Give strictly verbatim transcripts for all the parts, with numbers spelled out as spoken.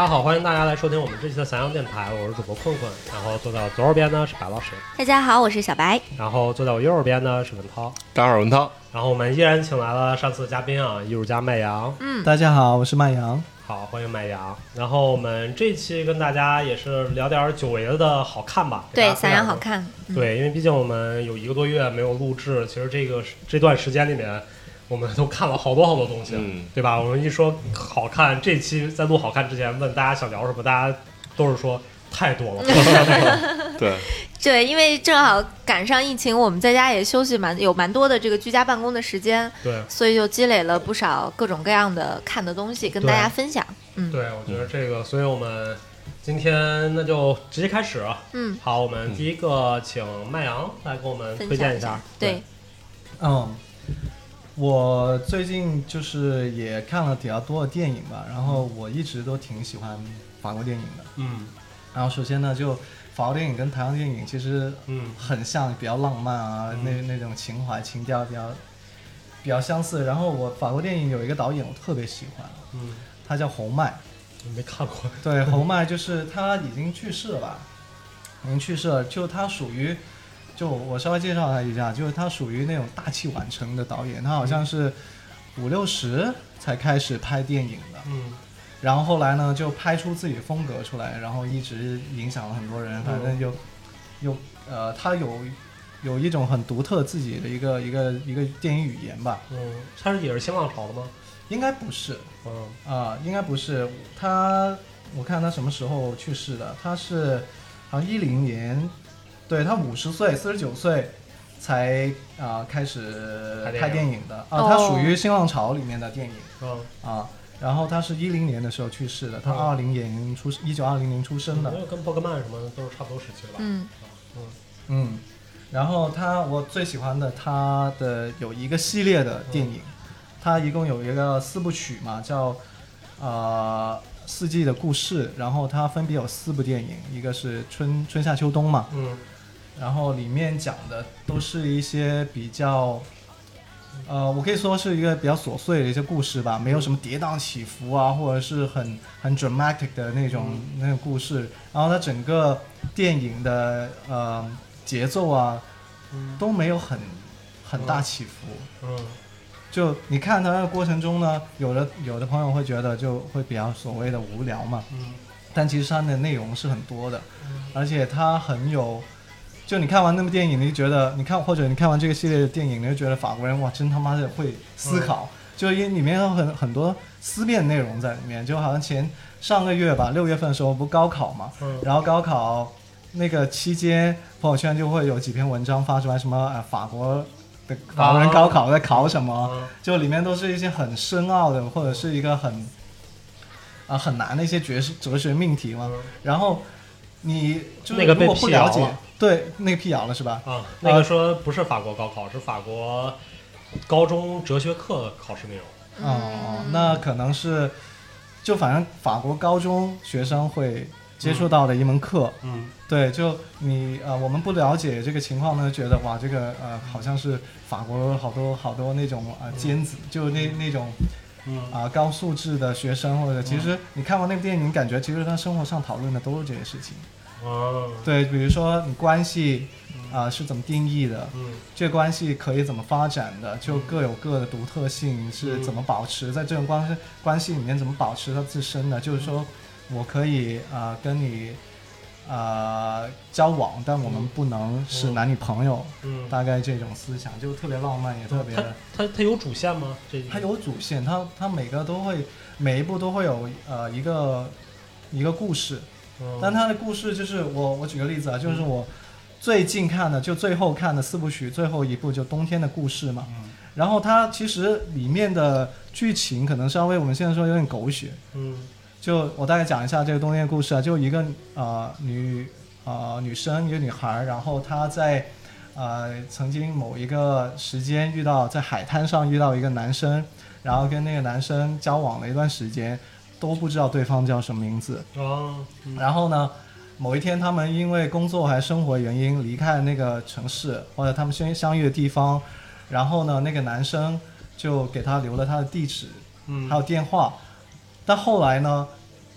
家好，欢迎大家来收听我们这期的散养电台，我是主播困困，然后坐在我左手边呢是白老师。 大家好，我是小白。 然后坐在我右手边呢是文涛。 大家好，文涛。 然后我们依然请来了上次的嘉宾啊，艺术家麦阳。 嗯， 大家好，我是麦阳。 好，欢迎麦阳。然后我们这期跟大家也是聊点久违的好看吧。 对，散养好看。 嗯、对，因为毕竟我们有一个多月没有录制，其实这个这段时间里面我们都看了好多好多东西， 嗯， 对吧？我们一说好看，这期在录好看之前问大家想聊什么，大家都是说太多了。 对对，因为正好赶上疫情，我们在家也休息蛮有蛮多的这个居家办公的时间， 对， 所以就积累了不少各种各样的看的东西跟大家分享。嗯， 对，我觉得这个，所以我们今天那就直接开始。 嗯， 好，我们第一个请麦阳来给我们推荐一下。 对， 嗯。我最近就是也看了比较多的电影吧，然后我一直都挺喜欢法国电影的。 嗯， 然后首先呢，就法国电影跟台湾电影其实嗯很像，比较浪漫啊，嗯、那那种情怀情调比较比较相似。然后我法国电影有一个导演我特别喜欢， 嗯， 他叫侯麦。 没看过。 对，侯麦就是他已经去世了吧？已经去世了，就他属于。就我稍微介绍他一下，就是他属于那种大器晚成的导演，他好像是五六十才开始拍电影的， 嗯， 然后后来呢就拍出自己的风格出来，然后一直影响了很多人，反正就有呃他有有一种很独特自己的一个一个一个电影语言吧。 嗯，他是也是新浪潮的吗？ 应该不是， 嗯啊、呃，应该不是他，我看他什么时候去世的，他是好像一零年。对，他五十岁，四十九岁才啊、呃、开始拍电影的啊，他属于新浪潮里面的电影， 嗯啊，然后他是一零年的时候去世的，他二零年出一九二零年出生的， 嗯、跟伯格曼什么都是差不多时期的吧？ 嗯嗯嗯，然后他我最喜欢的他的有一个系列的电影，嗯、他一共有一个四部曲嘛，叫呃。四季的故事，然后它分别有四部电影，一个是春春夏秋冬嘛， 嗯， 然后里面讲的都是一些比较，呃，我可以说是一个比较琐碎的一些故事吧，没有什么跌宕起伏啊，或者是很很 dramatic 的那种、嗯、那个故事，然后它整个电影的呃节奏啊， 嗯、 都没有很很大起伏， 嗯。嗯就你看它的过程中呢，有的有的朋友会觉得就会比较所谓的无聊嘛， 嗯， 但其实它的内容是很多的， 嗯、 而且它很有，就你看完那部电影，你就觉得你看或者你看完这个系列的电影，你就觉得法国人哇，真他妈的会思考，嗯、就因里面有很很多思辨内容在里面，就好像前上个月吧，六月份的时候不高考嘛， 嗯、 然后高考那个期间，朋友圈就会有几篇文章发出来，什么呃法国。法国人高考在考什么、 啊、 就里面都是一些很深奥的或者是一个很啊很难的一些哲哲学命题嘛、嗯、然后你就是如果不了解、那个、对那个辟谣了是吧啊那个说不是法国高考、啊、是法国高中哲学课考试内容哦、嗯、那可能是就反正法国高中学生会接触到的一门课， 嗯， 对，就你呃，我们不了解这个情况呢，觉得哇，这个呃，好像是法国好多好多那种啊、呃、尖子，就那那种， 嗯啊、呃、高素质的学生，或者其实你看完那个电影，你感觉其实他生活上讨论的都是这些事情， 哦， 对，比如说你关系啊、呃、是怎么定义的， 嗯， 这个关系可以怎么发展的，就各有各的独特性是怎么保持，在这种关系关系里面怎么保持它自身的，就是说。我可以啊、呃、跟你啊、呃、交往，但我们不能是男女朋友， 嗯， 大概这种思想就特别浪漫，也特别。 它它它有主线吗？这它有主线，它它每个都会每一部都会有呃一个一个故事， 嗯、 但它的故事就是我我举个例子啊，就是我最近看的就最后看的四部曲最后一部就冬天的故事嘛， 嗯， 然后它其实里面的剧情可能稍微我们现在说有点狗血， 嗯。 就我大概讲一下这个冬天的故事啊，就一个呃女呃女生一个女孩，然后她在呃曾经某一个时间遇到在海滩上遇到一个男生，然后跟那个男生交往了一段时间，都不知道对方叫什么名字。 哦，嗯、 然后呢，某一天他们因为工作还是生活原因离开了那个城市或者他们相相遇的地方，然后呢那个男生就给她留了他的地址， 嗯， 还有电话。但后来呢，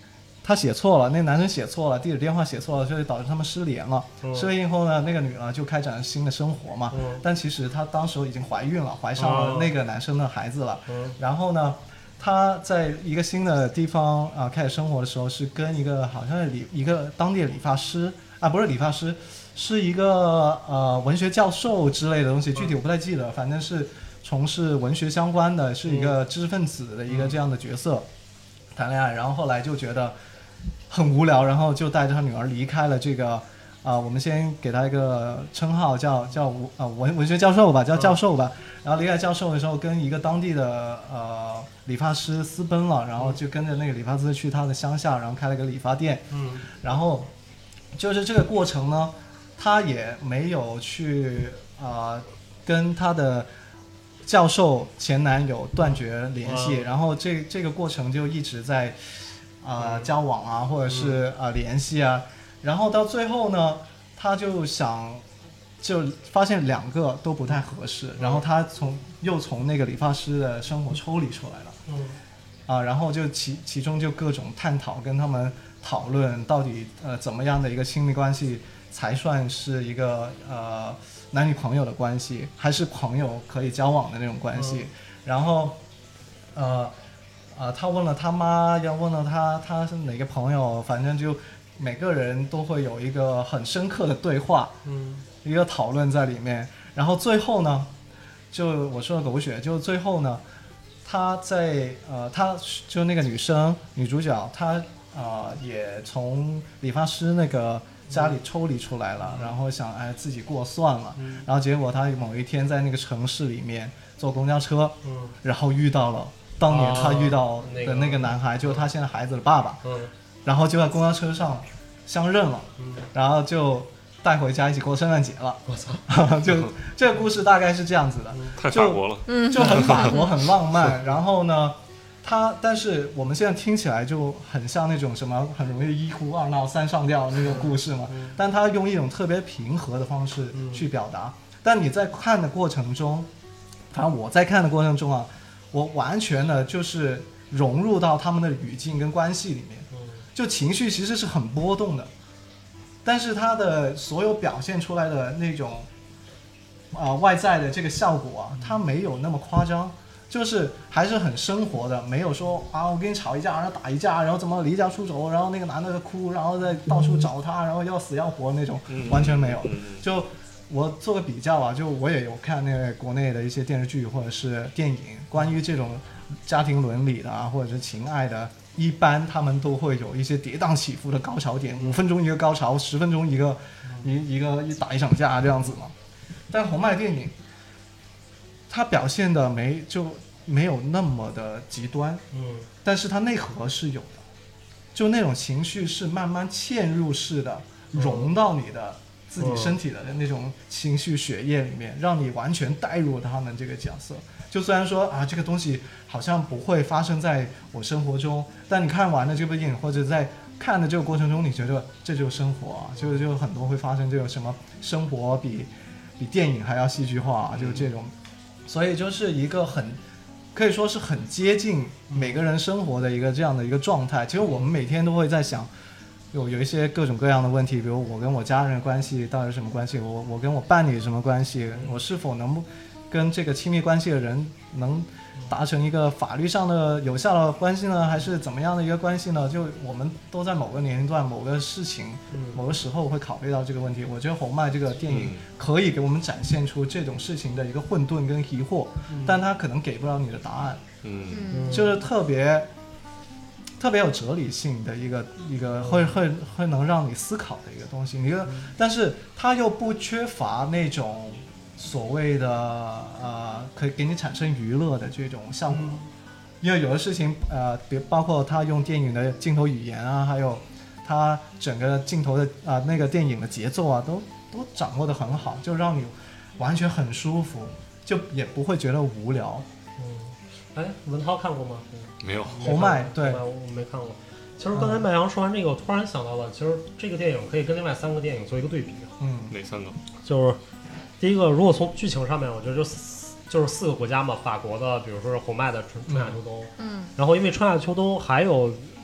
他写错了，那个男生写错了，地址电话写错了，所以导致他们失联了。 嗯、 失联以后呢，那个女的就开展新的生活嘛。 嗯、 但其实她当时已经怀孕了，怀上了那个男生的孩子了。 嗯、 然后呢，她在一个新的地方啊、呃、开始生活的时候，是跟一个好像是理一个当地的理发师啊，不是理发师，是一个呃文学教授之类的东西，具体我不太记得，反正是从事文学相关的，是一个知识分子的一个这样的角色。谈恋爱，然后后来就觉得很无聊，然后就带着他女儿离开了这个，啊、呃，我们先给他一个称号叫叫呃文文学教授吧，叫教授吧。然后离开教授的时候，跟一个当地的呃理发师私奔了，然后就跟着那个理发师去他的乡下，然后开了个理发店。 嗯， 然后就是这个过程呢，他也没有去啊、呃、跟他的教授前男友断绝联系，然后这这个过程就一直在啊、呃、交往啊，或者是啊、呃、联系啊，然后到最后呢，他就想就发现两个都不太合适，然后他从又从那个理发师的生活抽离出来了， 嗯啊，然后就其其中就各种探讨，跟他们讨论到底呃怎么样的一个亲密关系才算是一个呃男女朋友的关系，还是朋友可以交往的那种关系。嗯、然后，呃，呃，他问了他妈，要问了他他是哪个朋友，反正就每个人都会有一个很深刻的对话， 嗯， 一个讨论在里面。然后最后呢，就我说的狗血，就最后呢，他在呃，他就那个女生女主角，她呃也从理发师那个家里抽离出来了，然后想哎自己过算了， 嗯、 然后结果他某一天在那个城市里面坐公交车， 嗯、 然后遇到了当年他遇到的那个男孩， 啊、 就是他现在孩子的爸爸， 嗯、 然后就在公交车上相认了， 嗯、 然后就带回家一起过圣诞节了。 我操！ 就这个故事大概是这样子的， 太法国了， 就就很法国，很浪漫。然后呢？他，但是我们现在听起来就很像那种什么很容易一哭二闹三上吊那个故事嘛， 嗯、 但他用一种特别平和的方式去表达。嗯、但你在看的过程中，反正我在看的过程中啊，我完全的就是融入到他们的语境跟关系里面，就情绪其实是很波动的，但是他的所有表现出来的那种啊、呃、外在的这个效果啊，他没有那么夸张。就是还是很生活的，没有说啊我跟你吵一架，然后打一架，然后怎么离家出走，然后那个男的哭，然后再到处找他，然后要死要活那种，完全没有。就我做个比较啊，就我也有看那个国内的一些电视剧或者是电影，关于这种家庭伦理的啊，或者是情爱的，一般他们都会有一些跌宕起伏的高潮点，五分钟一个高潮，十分钟一个一一个一打一场架这样子嘛。但红麦电影，它表现的没就没有那么的极端， 嗯， 但是它内核是有的，就那种情绪是慢慢嵌入式的融到你的自己身体的那种情绪血液里面，让你完全带入他们这个角色。就虽然说啊这个东西好像不会发生在我生活中，但你看完了这部电影或者在看的这个过程中，你觉得这就是生活啊，就就很多会发生这个什么生活比比电影还要戏剧化啊，就这种。所以就是一个很可以说是很接近每个人生活的一个这样的一个状态。其实我们每天都会在想有有一些各种各样的问题，比如我跟我家人的关系到底是什么关系，我我跟我伴侣什么关系，我是否能跟这个亲密关系的人能达成一个法律上的有效的关系呢，还是怎么样的一个关系呢？就我们都在某个年龄段某个事情某个时候会考虑到这个问题。我觉得红麦这个电影可以给我们展现出这种事情的一个混沌跟疑惑，但它可能给不了你的答案， 嗯， 就是特别特别有哲理性的一个一个会会会能让你思考的一个东西，一个，但是它又不缺乏那种所谓的呃可以给你产生娱乐的这种效果，因为有的事情呃，别包括他用电影的镜头语言啊，还有他整个镜头的啊、呃、那个电影的节奏啊，都都掌握得很好，就让你完全很舒服，就也不会觉得无聊。 嗯，哎，文涛看过吗？ 没有。 红麦对， 我没看过。其实刚才麦阳说完这个，我突然想到了，其实这个电影可以跟另外三个电影做一个对比。 嗯， 哪三个？ 就是第一个，如果从剧情上面，我觉得就就是四个国家嘛，法国的，比如说是红麦的春春夏秋冬， 嗯， 然后因为春夏秋冬还有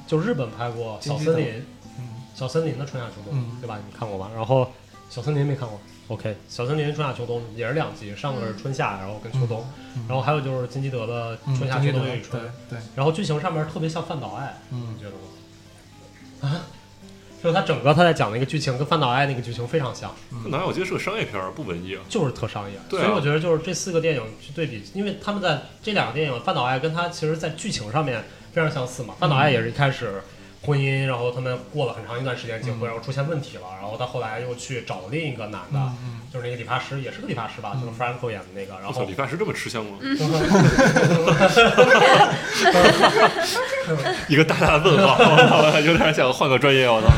就日本拍过《小森林》， 嗯， 小森林的春夏秋冬， 嗯、 对吧？你看过吧？然后小森林没看过 ，OK， 小森林春夏秋冬也是两集，上个是春夏，然后跟秋冬， 嗯、 然后还有就是金基德的春夏秋冬又一春， 嗯、对, 对， 然后剧情上面特别像饭岛爱， 嗯， 你觉得吗？啊？就是他整个他在讲的一个剧情跟饭岛爱那个剧情非常像。 饭岛爱我记得是个商业片，不文艺啊， 就是特商业。 对、啊， 所以我觉得就是这四个电影去对比，因为他们在这两个电影，饭岛爱跟他其实在剧情上面非常相似嘛。饭岛爱也是一开始婚姻，然后他们过了很长一段时间结婚，然后出现问题了，然后他后来又去找了另一个男的， 嗯、 就是那个理发师，也是个理发师吧，就是 Franco 演的那个。然后理发师这么吃香吗？ 嗯、 一个大大的问号，有点想换个专业，我操！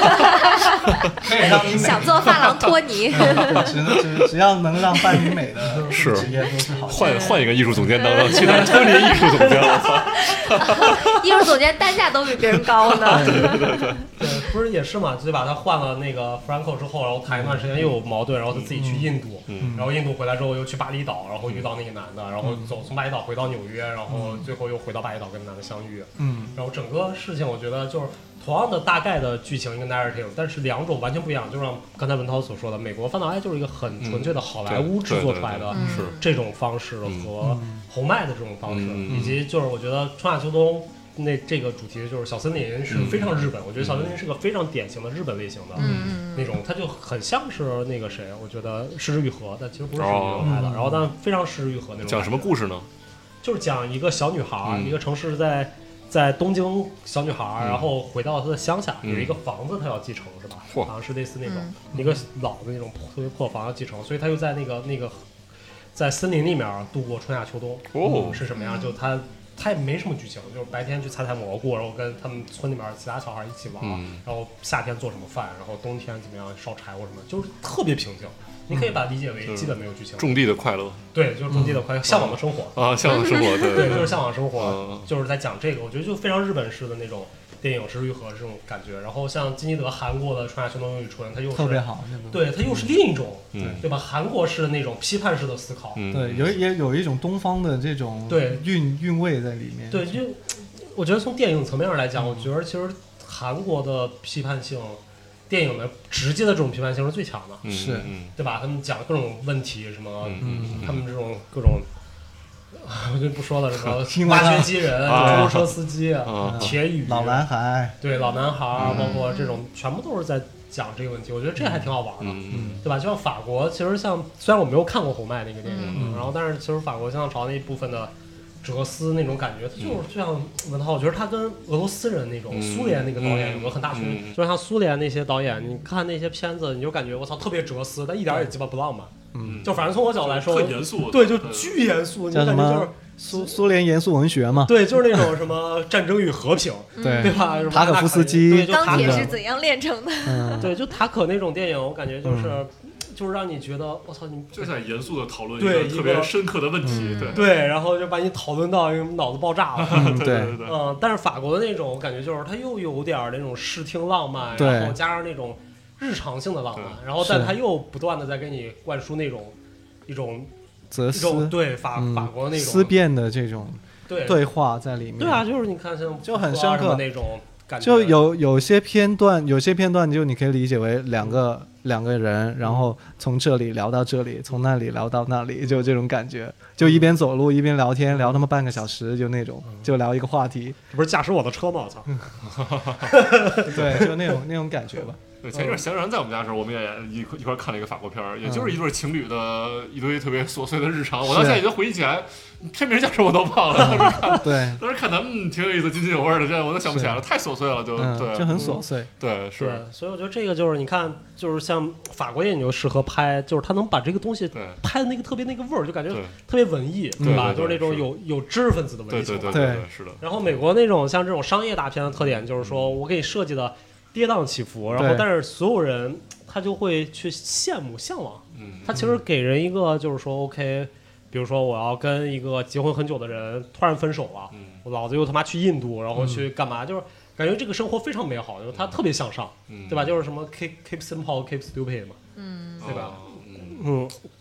想做发廊托尼， 只只只要能让伴你美的是职业都是好。 换换一个艺术总监当当，去当托尼艺术总监，我操！ 艺术总监单价都比别人高呢。 对对对对， 对，不是也是嘛？对吧？他换了那个 Franco 之后，然后谈一段时间又有矛盾，然后他自己去印度， 嗯、 然后印度回来之后又去巴厘岛，然后遇到那个男的，然后走从巴厘岛回到纽约，然后最后又回到巴厘岛跟男的相遇。 嗯， 然后整个事情我觉得就是同样的大概的剧情一个 narrative， 但是两种完全不一样。就像刚才文涛所说的，美国饭岛爱就是一个很纯粹的好莱坞制作出来的这种方式和侯麦的这种方式， 嗯、 以及就是我觉得春夏秋冬那这个主题就是小森林是非常日本， 嗯、 我觉得小森林是个非常典型的日本类型的那种，它就很像是那个谁，我觉得失之愈合，但其实不是失之愈合拍的， 哦、 然后但非常失之愈合那种。 讲什么故事呢？ 就是讲一个小女孩， 嗯、 一个城市在在东京小女孩， 嗯、 然后回到她的乡下， 嗯、 有一个房子她要继承，是吧？ 好像是类似那种、 嗯、 一个老的那种特别破房要继承，所以她又在那个那个在森林里面度过春夏秋冬。 哦， 嗯、是什么样？就她。他也没什么剧情，就是白天去采采蘑菇，然后跟他们村里面其他小孩一起玩， 嗯、 然后夏天做什么饭，然后冬天怎么样烧柴火什么，就是特别平静。你可以把它理解为基本没有剧情。 种地的快乐。 对，就是种地的快乐，嗯、向往的生活啊，向往的生活，对对，就是向往生活， 嗯、 就是在讲这个，我觉得就非常日本式的那种电影《失之愈合》这种感觉。然后像金基德韩国的《春夏秋冬又一春》，它又是特别好， 对，它又是另一种， 嗯、 对吧？韩国式的那种批判式的思考， 嗯、 对，有也有一种东方的这种对韵韵味在里面。 对，就我觉得从电影层面上来讲，我觉得其实韩国的批判性。电影的直接的这种批判性是最强的， 嗯、 是， 对吧？他们讲各种问题，什么， 嗯、 他们这种各种，我就不说了，什么挖掘机人、 啊、 出租车司机、 啊、 铁雨、 老男孩， 对老男孩， 嗯、 包括这种，全部都是在讲这个问题。我觉得这还挺好玩的， 嗯、 对吧？就像法国，其实像虽然我没有看过侯麦那个电影， 嗯、 然后但是其实法国香港那一部分的。哲思那种感觉，它就是就像文涛，我觉得他跟俄罗斯人那种、 嗯、 苏联那个导演有个很大区别， 嗯、 就像苏联那些导演，你看那些片子，你就感觉我操特别哲思，但一点也鸡巴不浪漫。 嗯， 就反正从我角度来说， 很严肃， 对，就巨严肃，你感觉就是苏苏联严肃文学嘛， 对，就是那种什么战争与和平， 对对吧？ 塔可夫斯基， 钢铁是怎样炼成的？ 嗯， 对，就塔可那种电影，我感觉就是。嗯就是让你觉得我操，你就在严肃的讨论一个特别深刻的问题， 嗯、 对对，然后就把你讨论到脑子爆炸了， 嗯、 对对对， 嗯，但是法国的那种感觉就是它又有点那种视听浪漫，然后加上那种日常性的浪漫，然后但它又不断的在给你灌输那种一种哲思， 对法、嗯、法国那种思辨的这种对对话在里面， 对啊，就是你看像就很深刻那种感觉， 就有有些片段，有些片段就你可以理解为两个。两个人，然后从这里聊到这里，从那里聊到那里，就这种感觉，就一边走路一边聊天，聊他妈半个小时，就那种，就聊一个话题。 这不是驾驶我的车吗？我操！ 对，就那种那种感觉吧。 对，前一阵祥然在我们家的时候，我们也一一块看了一个法国片儿，也就是一对情侣的一堆特别琐碎的日常。我到现在已经回忆起来，片名叫什么我都忘了。当时看， 对， 当时看咱们挺有意思，津津有味的，这我都想不起来了，太琐碎了，就对， 就很琐碎。 对，是。 所以我觉得这个就是你看，就是像法国电影就适合拍，就是他能把这个东西拍的那个特别那个味儿，就感觉特别文艺，对吧？就是那种有有知识分子的文艺情怀。对对对，是的。 然后美国那种像这种商业大片的特点，就是说我给你设计的。跌宕起伏，然后但是所有人他就会去羡慕向往， 嗯， 他其实给人一个就是说 OK，比如说我要跟一个结婚很久的人突然分手了， 嗯， 我老子又他妈去印度，然后去干嘛，就是感觉这个生活非常美好，就是他特别向上， 嗯， 对吧？就是什么 keep keep simple keep stupid 嘛， 嗯， 对吧？ 嗯嗯，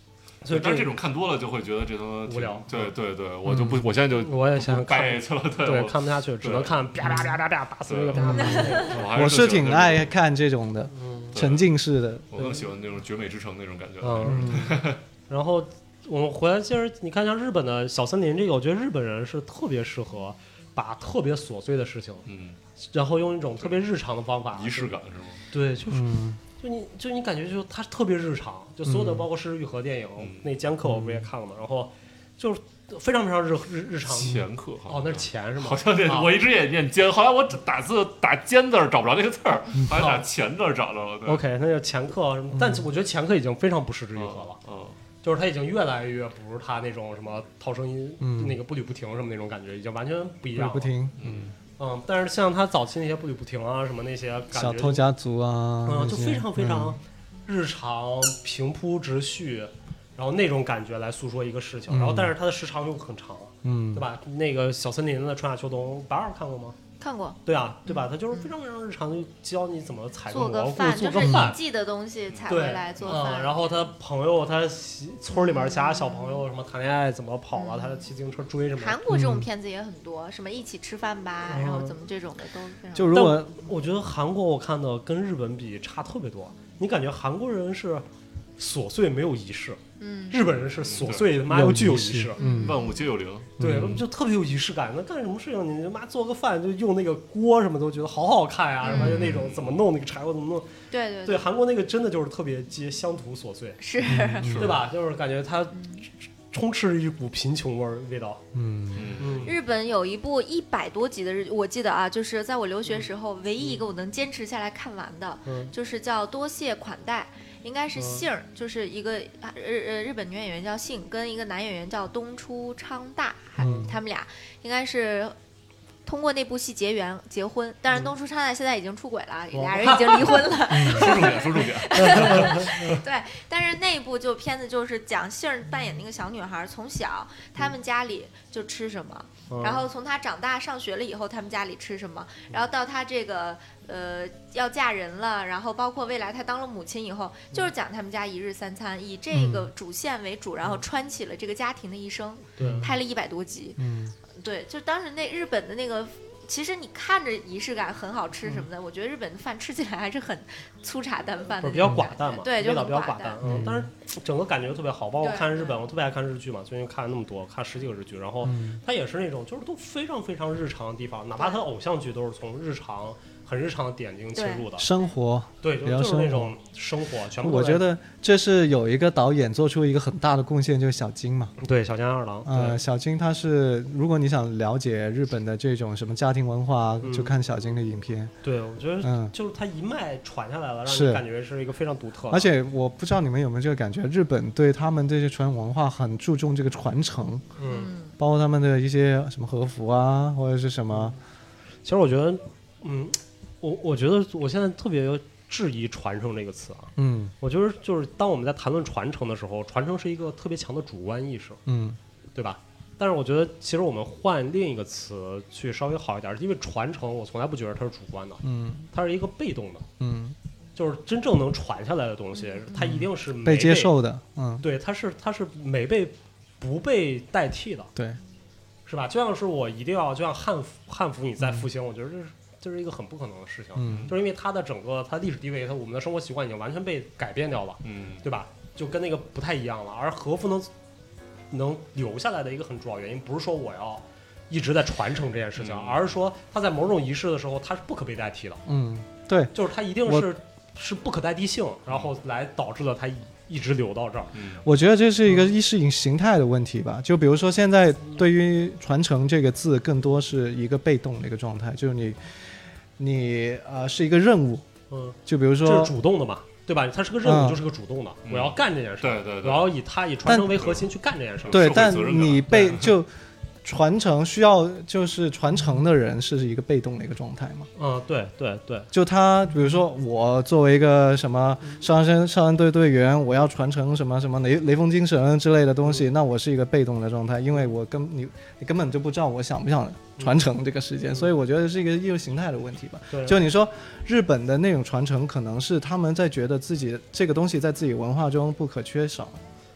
所以但是这种看多了就会觉得这他妈无聊。 对对对，我就不，我现在就我也想看掰去了，对对， 我看不下去，只能看啪啪啪啪啪打死那个啪啪啪。 我还我是挺爱喜欢看这种的沉浸式的。 我更喜欢那种绝美之城那种感觉。 嗯，然后我们回来接着，你看像日本的小森林这个，我觉得日本人是特别适合把特别琐碎的事情， 嗯， 然后用一种特别日常的方法， 仪式感是吗？ 对，就是。 嗯就你就你感觉就它特别日常，就所有的包括《失之愈合》电影、 嗯、 那剑客我不也看了嘛，然后就是非常非常日日日常。 前客哦，那是钱是吗？ 好像那、啊、我一直也念尖，后来我打字打尖字找不着那个字儿，好像打钱字找着了。对 OK， 那就前客，但我觉得前客已经非常不失之愈合了。 嗯。嗯就是他已经越来越不是他那种什么套声音、 嗯、 那个步履不停什么那种感觉，已经完全不一样了。 不停， 嗯嗯，但是像他早期那些步履不停啊，什么那些感觉小偷家族啊， 嗯，就非常非常日常、平铺直叙，然后那种感觉来诉说一个事情，嗯、然后但是它的时长又很长， 嗯， 对吧？那个小森林的春夏秋冬，白二看过吗？ 看过。 对啊，对吧？它就是非常非常日常，就教你怎么采做蘑菇， 饭， 做个饭， 就是记的东西采回来做饭。 嗯，然后他朋友，他村里面其他小朋友什么谈恋爱怎么跑了，嗯、他骑自行车追什么。 韩国这种片子也很多，嗯、什么一起吃饭吧，嗯、然后怎么这种的都非常。 就如果我觉得韩国我看的跟日本比差特别多，你感觉韩国人是琐碎没有仪式。 嗯， 日本人是琐碎，妈又具有仪式， 嗯，万物皆有灵， 对， 嗯、 就特别有仪式感。那干什么事情，你妈做个饭就用那个锅什么都觉得好好看呀、啊，什么、嗯、就那种怎么弄那个柴火怎么弄， 对对对，韩国那个真的就是特别接乡土琐碎， 是， 对吧？就是感觉它充斥着一股贫穷味儿味道。 嗯嗯，日本有一部一百多集的日，我记得啊，就是在我留学时候、嗯、唯一一个我能坚持下来看完的，嗯、就是叫《多谢款待》。应该是杏儿、嗯，就是一个日呃日本女演员叫杏，跟一个男演员叫东出昌大，嗯、他们俩应该是通过那部戏结缘结婚，但是东出昌大现在已经出轨了，嗯、俩人已经离婚了。 说重点，说重点。 对，但是那部就片子就是讲杏儿扮演那个小女孩，从小他们家里就吃什么，嗯、然后从她长大上学了以后，他们家里吃什么，然后到她这个。呃，要嫁人了，然后包括未来她当了母亲以后，就是讲他们家一日三餐，以这个主线为主，然后穿起了这个家庭的一生， 对， 拍了一百多集， 嗯， 对，就当时那日本的那个，其实你看着仪式感很好吃什么的，嗯、我觉得日本的饭吃起来还是很粗茶淡饭的， 比较寡淡嘛， 对，就味道比较寡淡， 嗯，但是整个感觉特别好。包括看日本，我特别爱看日剧嘛，最近看了那么多，看十几个日剧，然后它也是那种就是都非常非常日常的地方，哪怕它偶像剧都是从日常。很日常的点睛切入的生活， 对，就是那种生活，全部。 我觉得这是有一个导演做出一个很大的贡献，就是小津嘛。 对，小津安二郎。 呃，小津他是，如果你想了解日本的这种什么家庭文化， 嗯、 就看小津的影片。 对，我觉得，嗯，就是他一脉传下来了，让你感觉是一个非常独特的。 而且我不知道你们有没有这个感觉，日本对他们这些传统文化很注重这个传承， 嗯， 包括他们的一些什么和服啊，或者是什么。 其实我觉得，嗯。我我觉得我现在特别质疑传承这个词啊， 嗯， 我觉得就是当我们在谈论传承的时候，传承是一个特别强的主观意识， 嗯， 对吧？但是我觉得其实我们换另一个词去稍微好一点，因为传承我从来不觉得它是主观的， 嗯， 它是一个被动的， 嗯， 就是真正能传下来的东西，它一定是没被接受的，嗯， 对，它是它是没被不被代替的， 对， 是吧？就像是我一定要就像汉服汉服你再复兴，嗯、我觉得这是。这是一个很不可能的事情， 嗯， 就是因为它的整个它历史地位，它我们的生活习惯已经完全被改变掉了， 嗯， 对吧？就跟那个不太一样了。而和服能能留下来的一个很主要原因，不是说我要一直在传承这件事情， 嗯、 而是说它在某种仪式的时候，它是不可被代替的， 嗯，对， 就是它一定是是不可代替性，然后来导致了它一直留到这儿。 我觉得这是一个意识形态的问题吧。就比如说现在对于传承这个字，更多是一个被动的一个状态，就是你。你呃是一个任务， 嗯， 就比如说这是主动的嘛，对吧？它是个任务，就是个主动的， 嗯、 我要干这件事， 对对对， 我要以它以传承为核心去干这件事， 对，但你被就传承需要就是传承的人是一个被动的一个状态嘛， 嗯，对对对， 就他比如说我作为一个什么上山上山队队员，我要传承什么什么雷雷锋精神之类的东西，嗯、那我是一个被动的状态，因为我根你你根本就不知道我想不想传承这个时间，嗯、所以我觉得是一个意识形态的问题吧。就你说日本的那种传承，可能是他们在觉得自己这个东西在自己文化中不可缺少。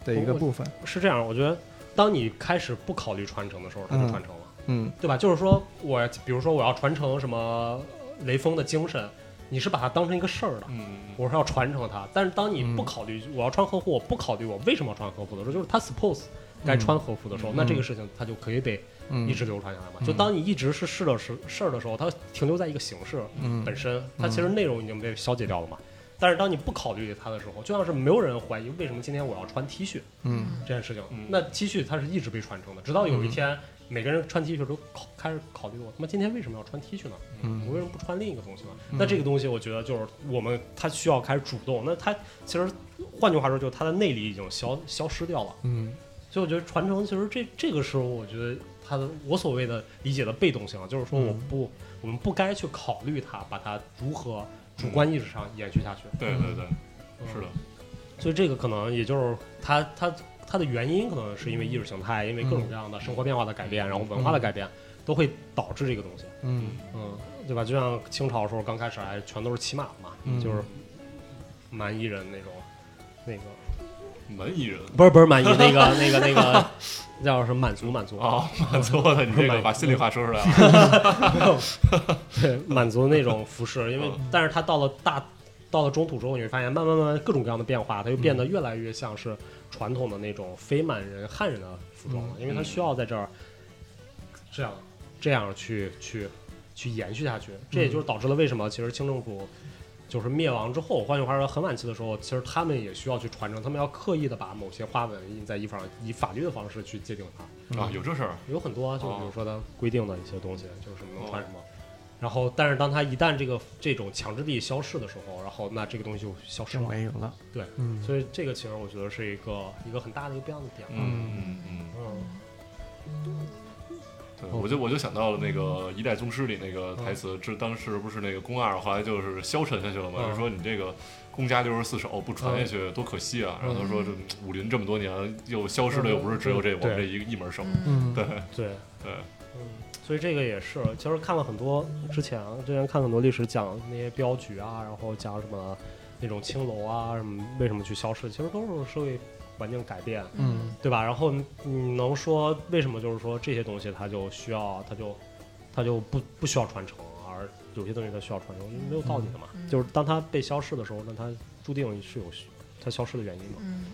的一个部分。 是这样，我觉得当你开始不考虑传承的时候，它就传承了， 嗯， 对吧？就是说我比如说我要传承什么雷锋的精神，你是把它当成一个事儿的， 嗯， 我是要传承它。但是当你不考虑、嗯、我要穿和服，我不考虑我为什么要穿和服的时候，就是他 suppose 该穿和服的时候，嗯、那这个事情它就可以被一直流传下来嘛。嗯、就当你一直是事的事事儿的时候，它停留在一个形式本身，嗯、它其实内容已经被消解掉了嘛。但是当你不考虑它的时候，就像是没有人怀疑为什么今天我要穿 T 恤，嗯，这件事情，嗯、那 T 恤它是一直被传承的，直到有一天。嗯每个人穿 T 恤都考开始考虑我，他妈今天为什么要穿 T 恤呢？嗯，我为什么不穿另一个东西呢？嗯、那这个东西，我觉得就是我们他需要开始主动。那他其实换句话说，就是他的内里已经消消失掉了。嗯，所以我觉得传承其实这这个时候，我觉得他的我所谓的理解的被动性，就是说我不、嗯、我们不该去考虑它，把它如何主观意识上延续下去。 对对对，嗯、是的。 所以这个可能也就是他他。它的原因可能是因为意识形态，因为各种各样的生活变化的改变，嗯、然后文化的改变，嗯、都会导致这个东西。嗯嗯，对吧？就像清朝的时候刚开始还全都是骑马嘛，嗯、就是蛮夷人那种，那个蛮夷人不是不是蛮夷那个那个那个叫什么满族满族啊满族的，你这个把心里话说出来了。 对，满族那种服饰，因为、嗯、但是它到了大到了中土之后，你会发现慢慢慢慢各种各样的变化，它就变得越来越像是。传统的那种非满人汉人的服装了，因为它需要在这儿这样这样去去去延续下去，这也就是导致了为什么其实清政府就是灭亡之后，换句话说很晚期的时候，其实他们也需要去传承，他们要刻意的把某些花纹印在衣服上，以法律的方式去界定它。 啊，有这事儿？ 有很多，就比如说它规定的一些东西，就是什么能穿什么。然后，但是当它一旦这个这种强制力消逝的时候，然后那这个东西就消失了， 没有了。 对，嗯，所以这个其实我觉得是一个一个很大的一个变的点。 嗯嗯嗯嗯。对，我就我就想到了那个《一代宗师》里那个台词，这、嗯、当时不是那个宫二后来就是消沉下去了嘛，嗯、就说你这个宫家六十四手不传下去、嗯、多可惜啊。然后他说这武林这么多年又消失的又不是只有这、嗯、我们这一个一门手。 嗯， 对对对。 嗯，所以这个也是，其实看了很多之前之前看很多历史讲那些镖局啊，然后讲什么那种青楼啊，什么为什么去消失，其实都是社会环境改变，嗯，对吧？然后你能说为什么就是说这些东西它就需要，它就它就不不需要传承，而有些东西它需要传承，没有道理的嘛。嗯、就是当它被消失的时候，那它注定是有它消失的原因嘛。 嗯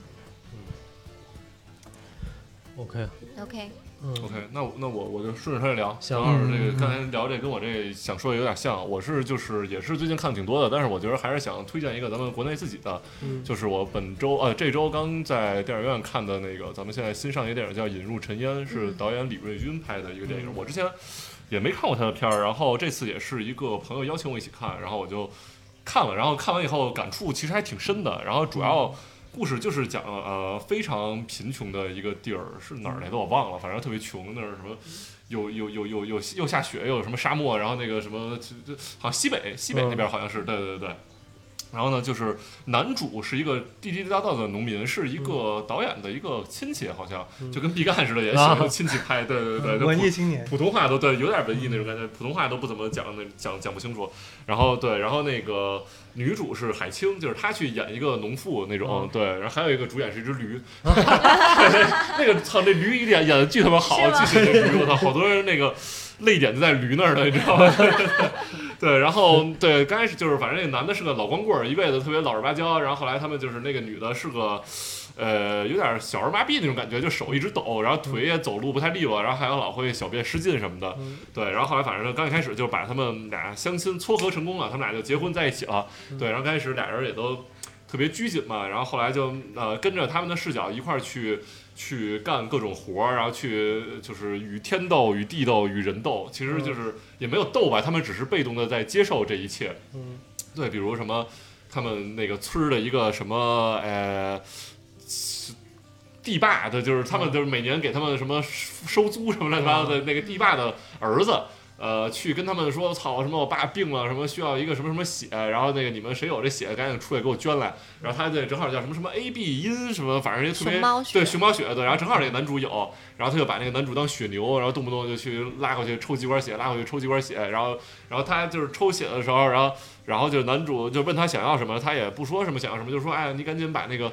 嗯。OK OK。 嗯、OK， 那我那我我就顺着他聊。 正好这个刚才聊这跟我这想说的有点像，我是就是也是最近看挺多的，但是我觉得还是想推荐一个咱们国内自己的，嗯、就是我本周呃这周刚在电影院看的那个咱们现在新上一个电影叫《引入尘烟》，是导演李瑞军拍的一个电影。嗯、我之前也没看过他的片儿，然后这次也是一个朋友邀请我一起看，然后我就看了，然后看完以后感触其实还挺深的，然后主要。嗯故事就是讲呃非常贫穷的一个地儿，是哪儿来的我忘了，反正特别穷，那儿什么有有有有有又下雪又有什么沙漠，然后那个什么就好像西北西北那边好像是，对对对对。然后呢，就是男主是一个地地道道的农民，是一个导演的一个亲戚，好像就跟毕赣似的，也喜欢亲戚拍，对对对对， 文艺青年， 普通话都对，有点文艺那种感觉，普通话都不怎么讲，那讲讲不清楚。然后对，然后那个女主是海清，就是她去演一个农妇那种，对，然后还有一个主演是一只驴，那个操，那驴演演的巨他妈好，巨喜欢驴，我操，好多人那个泪点就在驴那儿呢，你知道吗？对，然后对，刚开始就是反正那个男的是个老光棍儿，一辈子特别老实巴交，然后后来他们就是那个女的是个，呃，有点小儿麻痹那种感觉，就手一直抖，然后腿也走路不太利落，然后还有老会小便失禁什么的，对，然后后来反正刚一开始就把他们俩相亲撮合成功了，他们俩就结婚在一起了，对，然后刚开始俩人也都特别拘谨嘛，然后后来就呃跟着他们的视角一块儿去。去干各种活儿，然后去就是与天斗、与地斗、与人斗，其实就是也没有斗吧，他们只是被动的在接受这一切。嗯，对，比如什么，他们那个村儿的一个什么呃地霸的，就是他们就是每年给他们什么收租什么乱七八糟的那个地霸的儿子。呃，去跟他们说，操，什么我爸病了，什么需要一个什么什么血，然后那个你们谁有这血，赶紧出来给我捐来。然后他这正好叫什么什么 A B 阴什么，反正也特别对熊猫血，对，然后正好这个男主有，然后他就把那个男主当血牛，然后动不动就去拉过去抽几管血，拉过去抽几管血，然后然后他就是抽血的时候，然后然后就男主就问他想要什么，他也不说什么想要什么，就说哎，你赶紧把那个。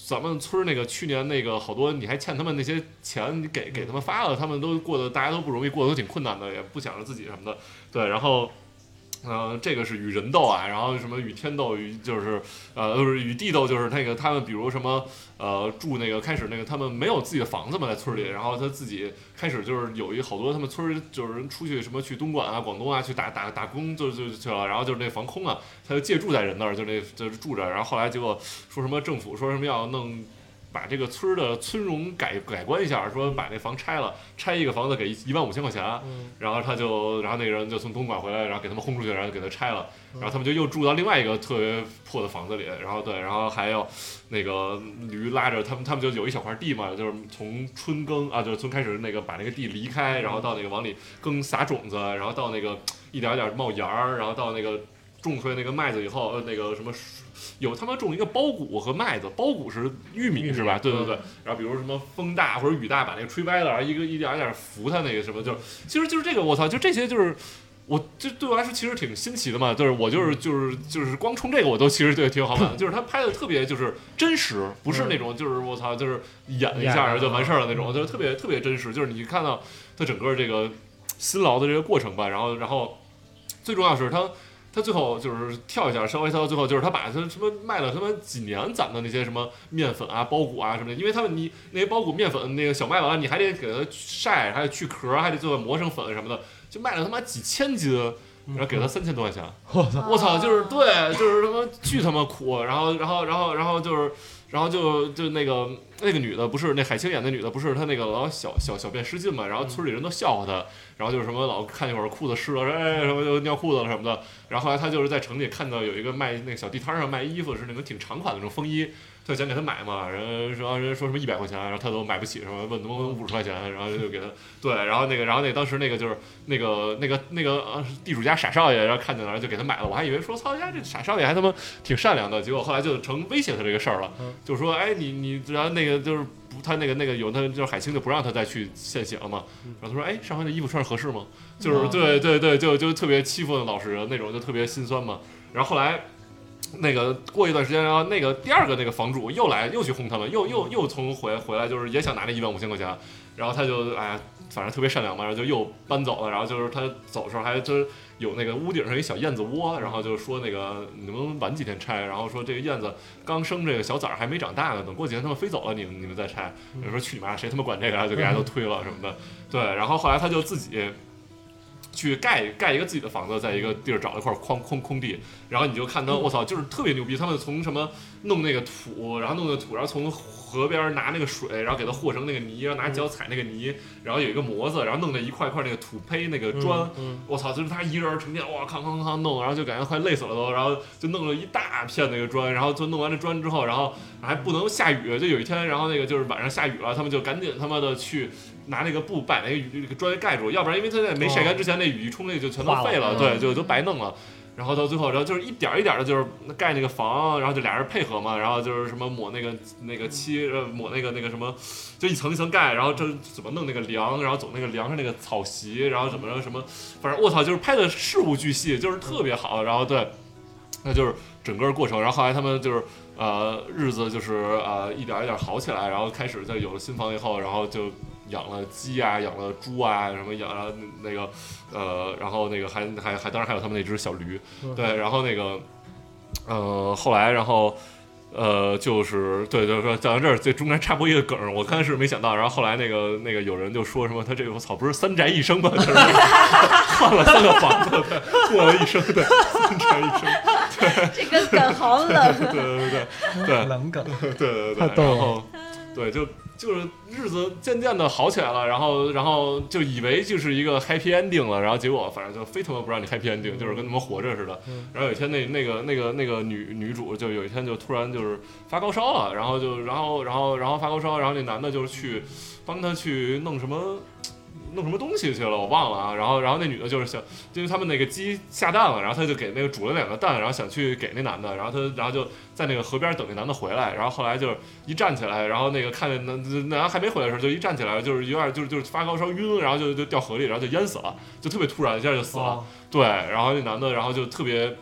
咱们村那个去年那个好多你还欠他们那些钱，你给给他们发了，他们都过得大家都不容易，过得都挺困难的，也不想着自己什么的，对，然后。呃，这个是与人斗啊，然后什么与天斗，与就是呃，就是与地斗，就是那个他们比如什么呃住那个开始那个他们没有自己的房子嘛，在村里，然后他自己开始就是有一好多他们村就是人出去什么去东莞啊、广东啊去打打打工就就去了，然后就是那房空啊，他就借住在人那儿，就那就是住着，然后后来结果说什么政府说什么要弄。把这个村的村容改改观一下，说把那房拆了，拆一个房子给一万五千块钱，然后他就，然后那个人就从东莞回来，然后给他们轰出去，然后就给他拆了，然后他们就又住到另外一个特别破的房子里，然后对，然后还有那个驴拉着他们，他们就有一小块地嘛，就是从春耕啊，就是从开始那个把那个地离开，然后到那个往里耕撒种子，然后到那个一点点冒芽儿，然后到那个种出来那个麦子以后，呃，那个什么。有他们种一个苞谷和麦子，苞谷是玉米是吧？对对对。然后比如什么风大或者雨大，把那个吹歪了，然后一个一点一点扶它那个什么，就是其实就是这个我操，就这些就是我这对我来说其实挺新奇的嘛。就是我就是就是就是光冲这个我都其实对挺好玩的，就是他拍的特别就是真实，不是那种就是我操就是演一下就完事儿了那种，就是特别特别真实。就是你看到他整个这个辛劳的这个过程吧，然后然后最重要是他。他最后就是跳一下，稍微跳到最后，就是他把他什么卖了他妈几年攒的那些什么面粉啊、苞谷啊什么的，因为他们你那些苞谷、面粉那个小麦完了，你还得给它晒，还得去壳，还得最后磨成粉什么的，就卖了他妈几千斤，然后给他三千多块钱。我操！我操！就是对，就是他妈巨他妈苦，然后然后然后然后就是。然后就就那个那个女的不是那海清演那女的不是她那个老小小小便失禁嘛，然后村里人都笑话她，然后就是什么老看一会儿裤子湿了，哎什么就尿裤子了什么的，然后后来她就是在城里看到有一个卖那个小地摊上卖衣服是那种挺长款的那种风衣，她想给她买嘛，人说人说什么一百块钱，然后她都买不起，什么问能不能五十块钱，然后就给她对，然后那个然后那个当时那个就是那个那个那个呃地主家傻少爷，然后看见了就给他买了，我还以为说操家这傻少爷还他妈挺善良的，结果后来就成威胁他这个事儿了。就说哎你你然后那个就是不他那个那个有他就是海清就不让他再去献血了嘛，然后他说哎上回那衣服穿着合适吗？就是对对对就就特别欺负老实人那种，就特别心酸嘛。然后后来那个过一段时间，然后那个第二个那个房主又来又去轰他们，又又又从回回来就是也想拿那一万五千块钱，然后他就哎反正特别善良嘛，然后就又搬走了。然后就是他走的时候还就是有那个屋顶上一小燕子窝，然后就说那个你能不能晚几天拆？然后说这个燕子刚生这个小崽儿还没长大呢，等过几天他们飞走了，你们你们再拆。有人说去你妈，谁他妈管这个？然后就给大家都推了什么的。对，然后后来他就自己去盖盖一个自己的房子，在一个地儿找了一块空空空地，然后你就看到我操，就是特别牛逼。他们从什么弄那个土，然后弄那个土，然后从河边拿那个水，然后给它和成那个泥，然后拿脚踩那个泥，然后有一个模子，然后弄那一块一块那个土坯那个砖，我操，就是他一人成天哇康康康弄，然后就感觉快累死了都，然后就弄了一大片那个砖，然后就弄完这砖之后，然后还不能下雨，就有一天，然后那个就是晚上下雨了，他们就赶紧他妈的去。拿那个布把那个雨那个砖盖住，要不然因为他在没晒干之前，那雨一冲那就全都废了，对，就都白弄了。然后到最后，然后就是一点一点的，就是盖那个房，然后就俩人配合嘛，然后就是什么抹那个那个漆，呃，抹那个那个什么，就一层一层盖，然后这怎么弄那个梁，然后走那个梁上那个草席，然后怎么着什么，反正我操，就是拍的事无巨细，就是特别好。然后对，那就是整个过程。然后后来他们就是呃日子就是呃一点一点好起来，然后开始在有了新房以后，然后就。养了鸡啊，养了猪啊，什么养了那个，呃，然后那个还还还，当然还有他们那只小驴，对，然后那个，呃，后来然后，呃，就是对，就是说讲到这儿，这中间插播一个梗，我刚开始没想到，然后后来那个那个有人就说什么，他这个我操，不是三宅一生吗？就是换了三个房子，对，过了一生，对，三宅一生，对， 这个梗好冷， 对对对对， 冷梗， 对对对，然后对就。就是日子渐渐的好起来了，然后然后就以为就是一个 happy ending 了，然后结果反正就非他妈不让你 happy ending，就是跟他们活着似的。然后有一天那那个那个那个女女主就有一天就突然就是发高烧了，然后就然后然后然后发高烧，然后那男的就是去帮他去弄什么。弄什么东西去了，我忘了啊。然后，然后那女的就是想，因为他们那个鸡下蛋了，然后他就给那个煮了两个蛋，然后想去给那男的，然后他，然后就在那个河边等那男的回来。然后后来就是一站起来，然后那个看见男男还没回来的时候，就一站起来，就是有点就是就是发高烧晕，然后就就掉河里，然后就淹死了，就特别突然一下就死了。哦、对，然后那男的，然后就特别。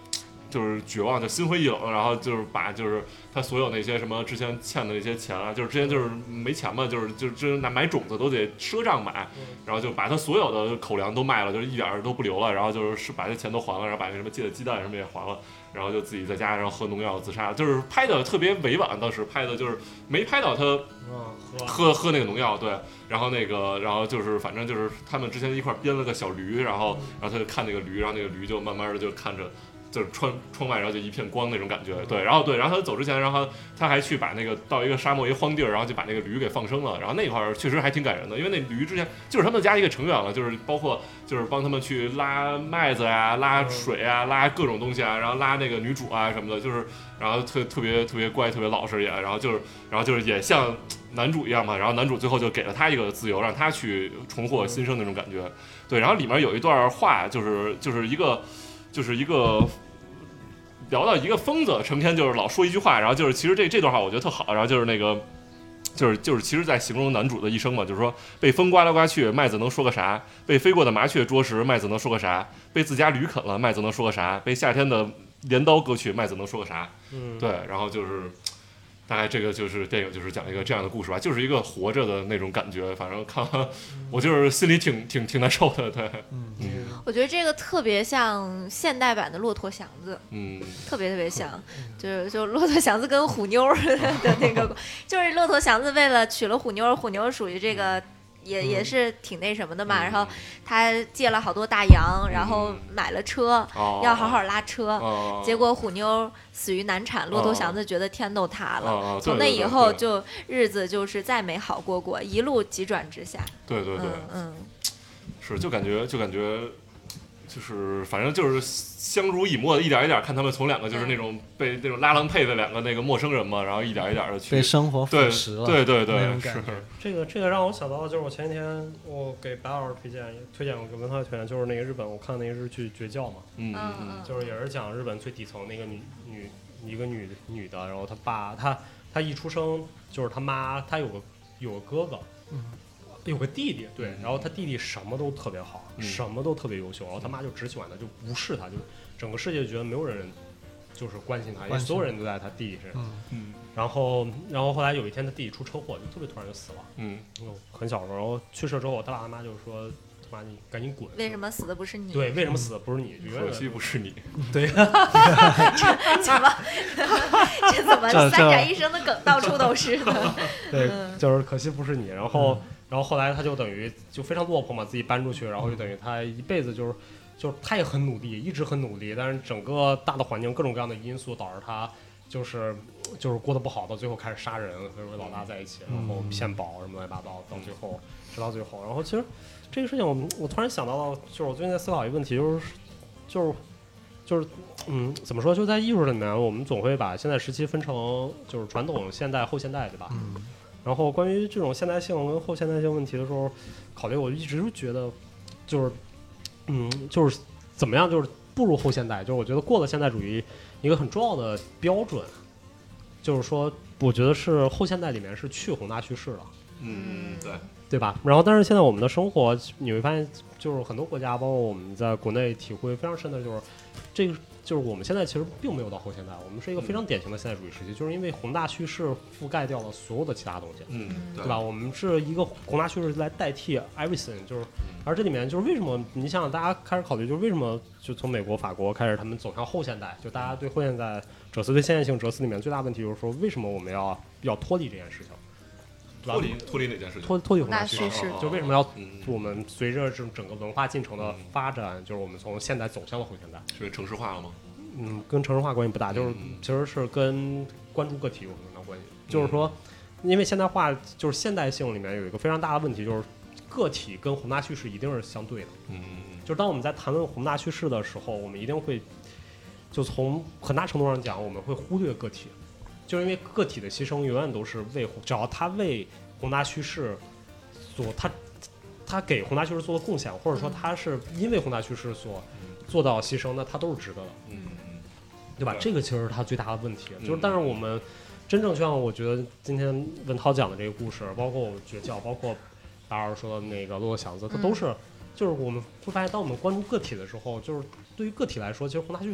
就是绝望，就心灰意冷，然后就是把就是他所有那些什么之前欠的那些钱啊，就是之前就是没钱嘛，就是就是之前买种子都得赊账买，然后就把他所有的口粮都卖了，就是一点都不留了，然后就是把这钱都还了，然后把那什么借的鸡蛋什么也还了。然后就自己在家，然后喝农药自杀，就是拍的特别委婉，当时拍的就是没拍到他喝喝那个农药，对，然后那个，然后就是反正就是他们之前一块编了个小驴，然后然后他就看那个驴，然后那个驴就慢慢的就看着。就是窗窗外，然后就一片光那种感觉，对，然后对，然后他走之前，然后他还去把那个到一个沙漠一荒地儿，然后就把那个驴给放生了，然后那块儿确实还挺感人的，因为那驴之前就是他们家一个成员了，就是包括就是帮他们去拉麦子呀、拉水啊、拉各种东西啊，然后拉那个女主啊什么的，就是然后特特别特别乖、特别老实也，然后就是然后就是也像男主一样嘛，然后男主最后就给了他一个自由，让他去重获新生那种感觉，对，然后里面有一段话，就是就是一个。就是一个聊到一个疯子，成天就是老说一句话，然后就是其实这这段话我觉得特好，然后就是那个就是就是其实在形容男主的一生嘛，就是说被风刮来刮去，麦子能说个啥？被飞过的麻雀啄食，麦子能说个啥？被自家驴啃了，麦子能说个啥？被夏天的镰刀割去，麦子能说个啥？ 嗯， 对，然后就是大概这个就是电影就是讲一个这样的故事吧，就是一个活着的那种感觉，反正看完我就是心里挺挺挺难受的，对， 嗯嗯我觉得这个特别像现代版的《骆驼祥子》， 嗯， 特别特别像，就是就骆驼祥子跟虎妞的那个，就是骆驼祥子为了娶了虎妞，虎妞属于这个。也也是挺那什么的嘛， 嗯、 然后他借了好多大洋，然后买了车， 嗯、 要好好拉车， 哦、 结果虎妞死于难产，骆驼祥子觉得天都塌了， 哦、 从那以后就日子就是再没好过过，一路急转直下。 对对对， 嗯，嗯是就感觉就感觉。就是反正就是相濡以沫的，一点一点看他们从两个就是那种被那种拉郎配的两个那个陌生人嘛，然后一点一点的去被生活腐蚀了， 对对对对， 是这个这个让我想到，就是我前几天我给白老师推荐推荐我给文涛推荐，就是那个日本我看那个日剧《绝教》嘛， 嗯嗯， 就是也是讲日本最底层那个女女一个女女的，然后她爸她她一出生就是她妈她有个有个哥哥，嗯。有个弟弟，对，然后他弟弟什么都特别好， 嗯、 什么都特别优秀，然后他妈就只喜欢他，就无视他，就整个世界觉得没有人就是关心他，因为所有人都在他弟弟身上。 嗯， 然后，然后后来有一天他弟弟出车祸，就特别突然就死了。 嗯， 很小时候，然后去世之后，他爸他妈就说：“他妈你赶紧滚！” 为什么死的不是你？ 对，为什么死的不是你？ 可惜不是你。 对， 这怎么这怎么三宅一生的梗到处都是呢？ 对，就是可惜不是你。然后。然后后来他就等于就非常落魄嘛，自己搬出去，然后就等于他一辈子就是，就是他也很努力，一直很努力，但是整个大的环境各种各样的因素导致他就是就是过得不好，到最后开始杀人，和老大在一起，然后骗保什么乱七八糟，到最后直到最后，然后其实这个事情我我突然想到，就是我最近在思考一个问题，就是就是就是嗯怎么说，就在艺术里面，我们总会把现在时期分成就是传统、现代、后现代，对吧？ 嗯然后关于这种现代性跟后现代性问题的时候，考虑我一直觉得，就是，嗯，就是怎么样，就是步入后现代，就是我觉得过了现代主义一个很重要的标准，就是说，我觉得是后现代里面是去宏大叙事了， 嗯，对， 对吧？然后，但是现在我们的生活，你会发现，就是很多国家，包括我们在国内体会非常深的，就是这个。就是我们现在其实并没有到后现代，我们是一个非常典型的现代主义时期，就是因为宏大叙事覆盖掉了所有的其他东西， 嗯， 对吧？我们是一个宏大叙事来代替 everything， 就是，而这里面就是为什么你想想，大家开始考虑，就是为什么就从美国、法国开始，他们走向后现代，就大家对后现代哲思、对现代性哲思里面最大问题就是说，为什么我们要要脱离这件事情？ 脱离脱离哪件事情？ 脱脱离宏大叙事， 就为什么要我们随着这整个文化进程的发展，就是我们从现代走向了后现代？ 是城市化了吗？ 嗯，跟城市化关系不大，就是其实是跟关注个体有很大关系。就是说，因为现代化就是现代性里面有一个非常大的问题，就是个体跟宏大叙事一定是相对的。 嗯， 就是当我们在谈论宏大叙事的时候，我们一定会就从很大程度上讲，我们会忽略个体，就是因为个体的牺牲永远都是为，只要他为宏大叙事所他他给宏大叙事做的贡献，或者说他是因为宏大叙事所做到牺牲，那他都是值得的。 嗯。 对吧？这个其实是他最大的问题，就是但是我们真正就像我觉得今天文涛讲的这个故事，包括绝教，包括达尔说的那个骆驼祥子，它都是，就是我们会发现，当我们关注个体的时候，就是对于个体来说，其实宏大叙事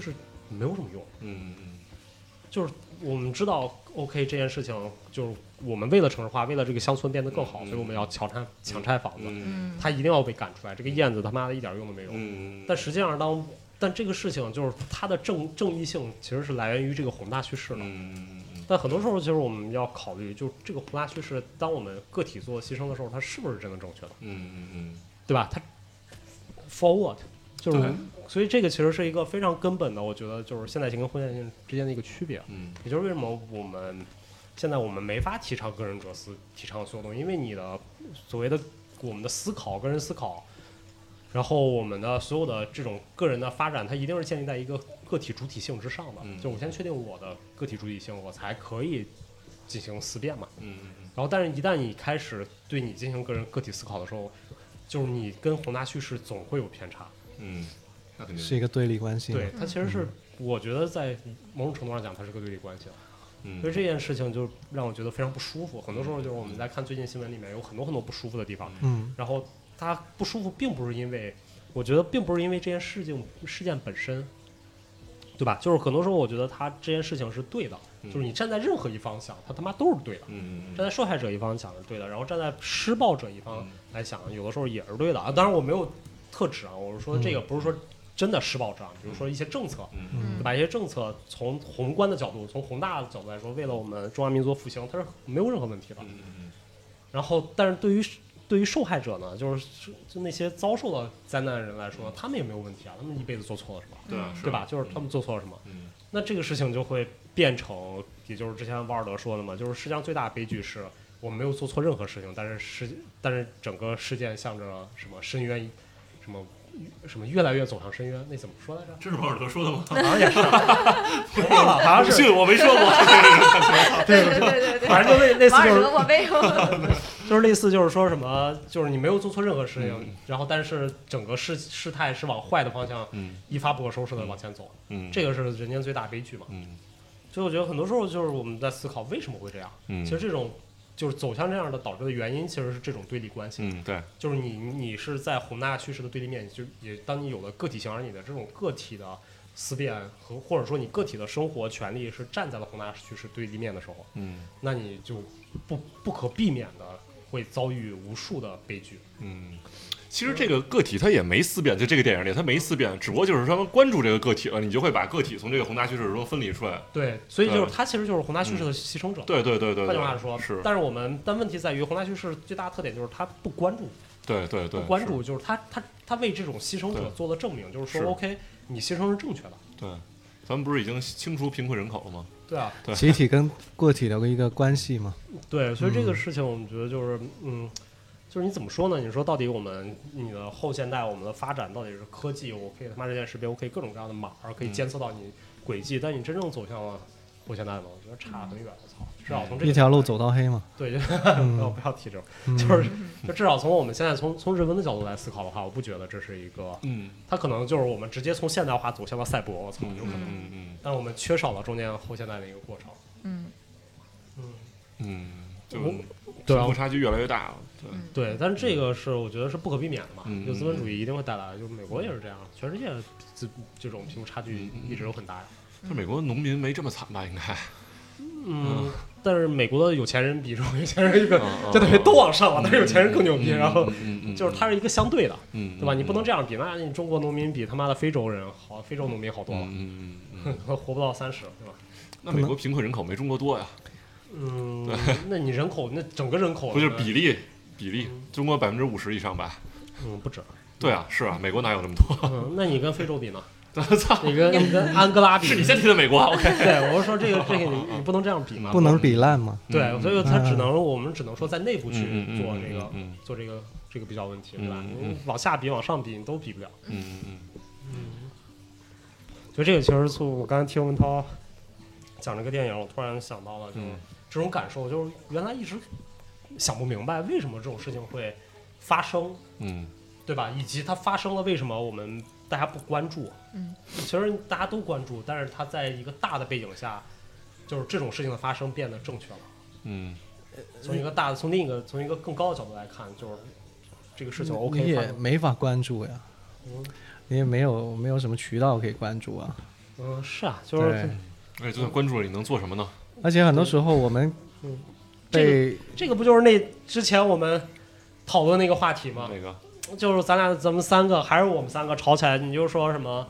没有什么用。 嗯嗯， 就是我们知道 OK 这件事情，就是我们为了城市化，为了这个乡村变得更好， 嗯、 所以我们要强拆强拆房子， 嗯， 它一定要被赶出来。这个燕子他妈的一点用都没有。 嗯， 但实际上当但这个事情就是它的正正义性其实是来源于这个宏大叙事的。 嗯， 但很多时候其实我们要考虑，就这个宏大叙事，当我们个体做牺牲的时候，它是不是真的正确的？ 嗯嗯嗯， 对吧？它 for what？ 就是所以这个其实是一个非常根本的，我觉得就是现代性跟婚前性之间的一个区别。 嗯， 也就是为什么我们现在我们没法提倡个人者思，提倡所有东西，因为你的所谓的我们的思考，个人思考。然后我们的所有的这种个人的发展，它一定是建立在一个个体主体性之上的。 嗯、 就我先确定我的个体主体性，我才可以进行思辨嘛。 嗯。 然后，但是一旦你开始对你进行个人个体思考的时候，就是你跟宏大叙事总会有偏差。 嗯，那肯定是一个对立关系。 对，它其实是、嗯、我觉得在某种程度上讲，它是个对立关系。 嗯， 所以这件事情就让我觉得非常不舒服。很多时候就是我们在看最近新闻里面有很多很多不舒服的地方。 嗯， 然后。它不舒服，并不是因为，我觉得并不是因为这件事情事件本身，对吧？就是很多时候，我觉得它这件事情是对的， 嗯、 就是你站在任何一方想，它他妈都是对的。 嗯嗯、 站在受害者一方想是对的，然后站在施暴者一方来想，有的时候也是对的啊。当然我没有特指啊，我是说这个不是说真的施暴者，比如说一些政策， 嗯、 对吧？一些政策从宏观的角度，从宏大的角度来说，为了我们中华民族复兴，它是没有任何问题的。 嗯、 然后，但是对于对于受害者呢，就是就那些遭受了灾难的人来说，他们也没有问题啊，他们一辈子做错了什么？ 对啊， 对吧？就是他们做错了什么？ 嗯， 那这个事情就会变成，也就是之前瓦尔德说的嘛，就是世界上最大的悲剧是我们没有做错任何事情，但是事但是整个事件向着什么深渊，什么什么越来越走向深渊，那怎么说来着？ 这是瓦尔德说的吗？ 好像也是，我忘了，好像是。 信我没说过。 对对对对对， 反正就类类似就是我没有。 就是类似，就是说什么，就是你没有做错任何事情， 嗯、 然后但是整个事事态是往坏的方向， 嗯， 一发不可收拾的往前走， 嗯， 这个是人间最大悲剧嘛， 嗯， 所以我觉得很多时候就是我们在思考为什么会这样， 嗯， 其实这种就是走向这样的导致的原因，其实是这种对立关系， 嗯，对， 就是你你是在宏大叙事的对立面，就也当你有了个体性，而你的这种个体的思辨和或者说你个体的生活权利是站在了宏大叙事对立面的时候， 嗯， 那你就不不可避免的会遭遇无数的悲剧。 嗯，其实这个个体他也没思辨，就这个电影里他没思辨，只不过就是他们关注这个个体了，你就会把个体从这个宏大叙事中分离出来。 对，所以就是他其实就是宏大叙事的牺牲者。 对对对对。 换句话说， 是。 但是我们但问题在于宏大叙事最大的特点就是他不关注。 对对对。 不关注就是他他他为这种牺牲者做了证明，就是说 OK， 你牺牲是正确的。 对，咱们不是已经清除贫困人口了吗？ 对啊， 对， 集体跟个体的一个关系嘛。 对，所以这个事情我们觉得就是嗯。就是你怎么说呢？你说到底我们你的后现代我们的发展到底是科技，我可以他妈这件识别，我可以各种各样的码可以监测到你轨迹，嗯、但你真正走向了后现代吗？我觉得差很远。我操，至少从这一条路走到黑嘛。 对，就不要不要提这种，嗯、就是就至少从我们现在从从人文的角度来思考的话，我不觉得这是一个， 嗯， 它可能就是我们直接从现代化走向了赛博，我操，有可能， 嗯嗯， 但是我们缺少了中间后现代的一个过程。 嗯嗯嗯，就对啊， 差距越来越大了。 对，对，但是这个是我觉得是不可避免的嘛， 嗯、 就资本主义一定会带来，就美国也是这样，全世界这这种贫富差距一直都很大呀。 但美国农民没这么惨吧？应该。 嗯，但是美国的有钱人比这种有钱人一个就等于都往上了，但是有钱人更牛逼，然后就是它是一个相对的，对吧？你不能这样比，那你中国农民比他妈的非洲人好，非洲农民好多了， 嗯嗯，活不到三十，对吧？ 那美国贫困人口没中国多呀。 嗯，那你人口那整个人口不就是比例比例？中国百分之五十以上吧？ 嗯，不止。 对啊，是啊，美国哪有这么多？ 嗯，那你跟非洲比呢？ 操， 你跟你跟安哥拉比？ 是你先提的美国 ？OK， 对，我是说这个这个你你不能这样比嘛， 不能比烂嘛。 对，所以它只能我们只能说在内部去做这个做这个这个比较问题，对吧？你往下比往上比你都比不了。 嗯嗯嗯。所以这个其实从我刚才听文涛讲这个电影，我突然想到了，就是这种感受，就是原来一直想不明白为什么这种事情会发生， 嗯， 对吧？以及它发生了，为什么我们大家不关注？ 嗯， 其实大家都关注，但是它在一个大的背景下，就是这种事情的发生变得正确了。 嗯， 从一个大的，从另一个从一个更高的角度来看，就是这个事情 OK， 你也没法关注呀， 嗯， 你也没有没有什么渠道可以关注啊。 嗯，是啊，就是， 哎，就算关注了，你能做什么呢？ 而且很多时候我们被、 这个、这个不就是那之前我们讨论那个话题吗？ 哪个？ 就是咱俩咱们三个还是我们三个吵起来，你就说什么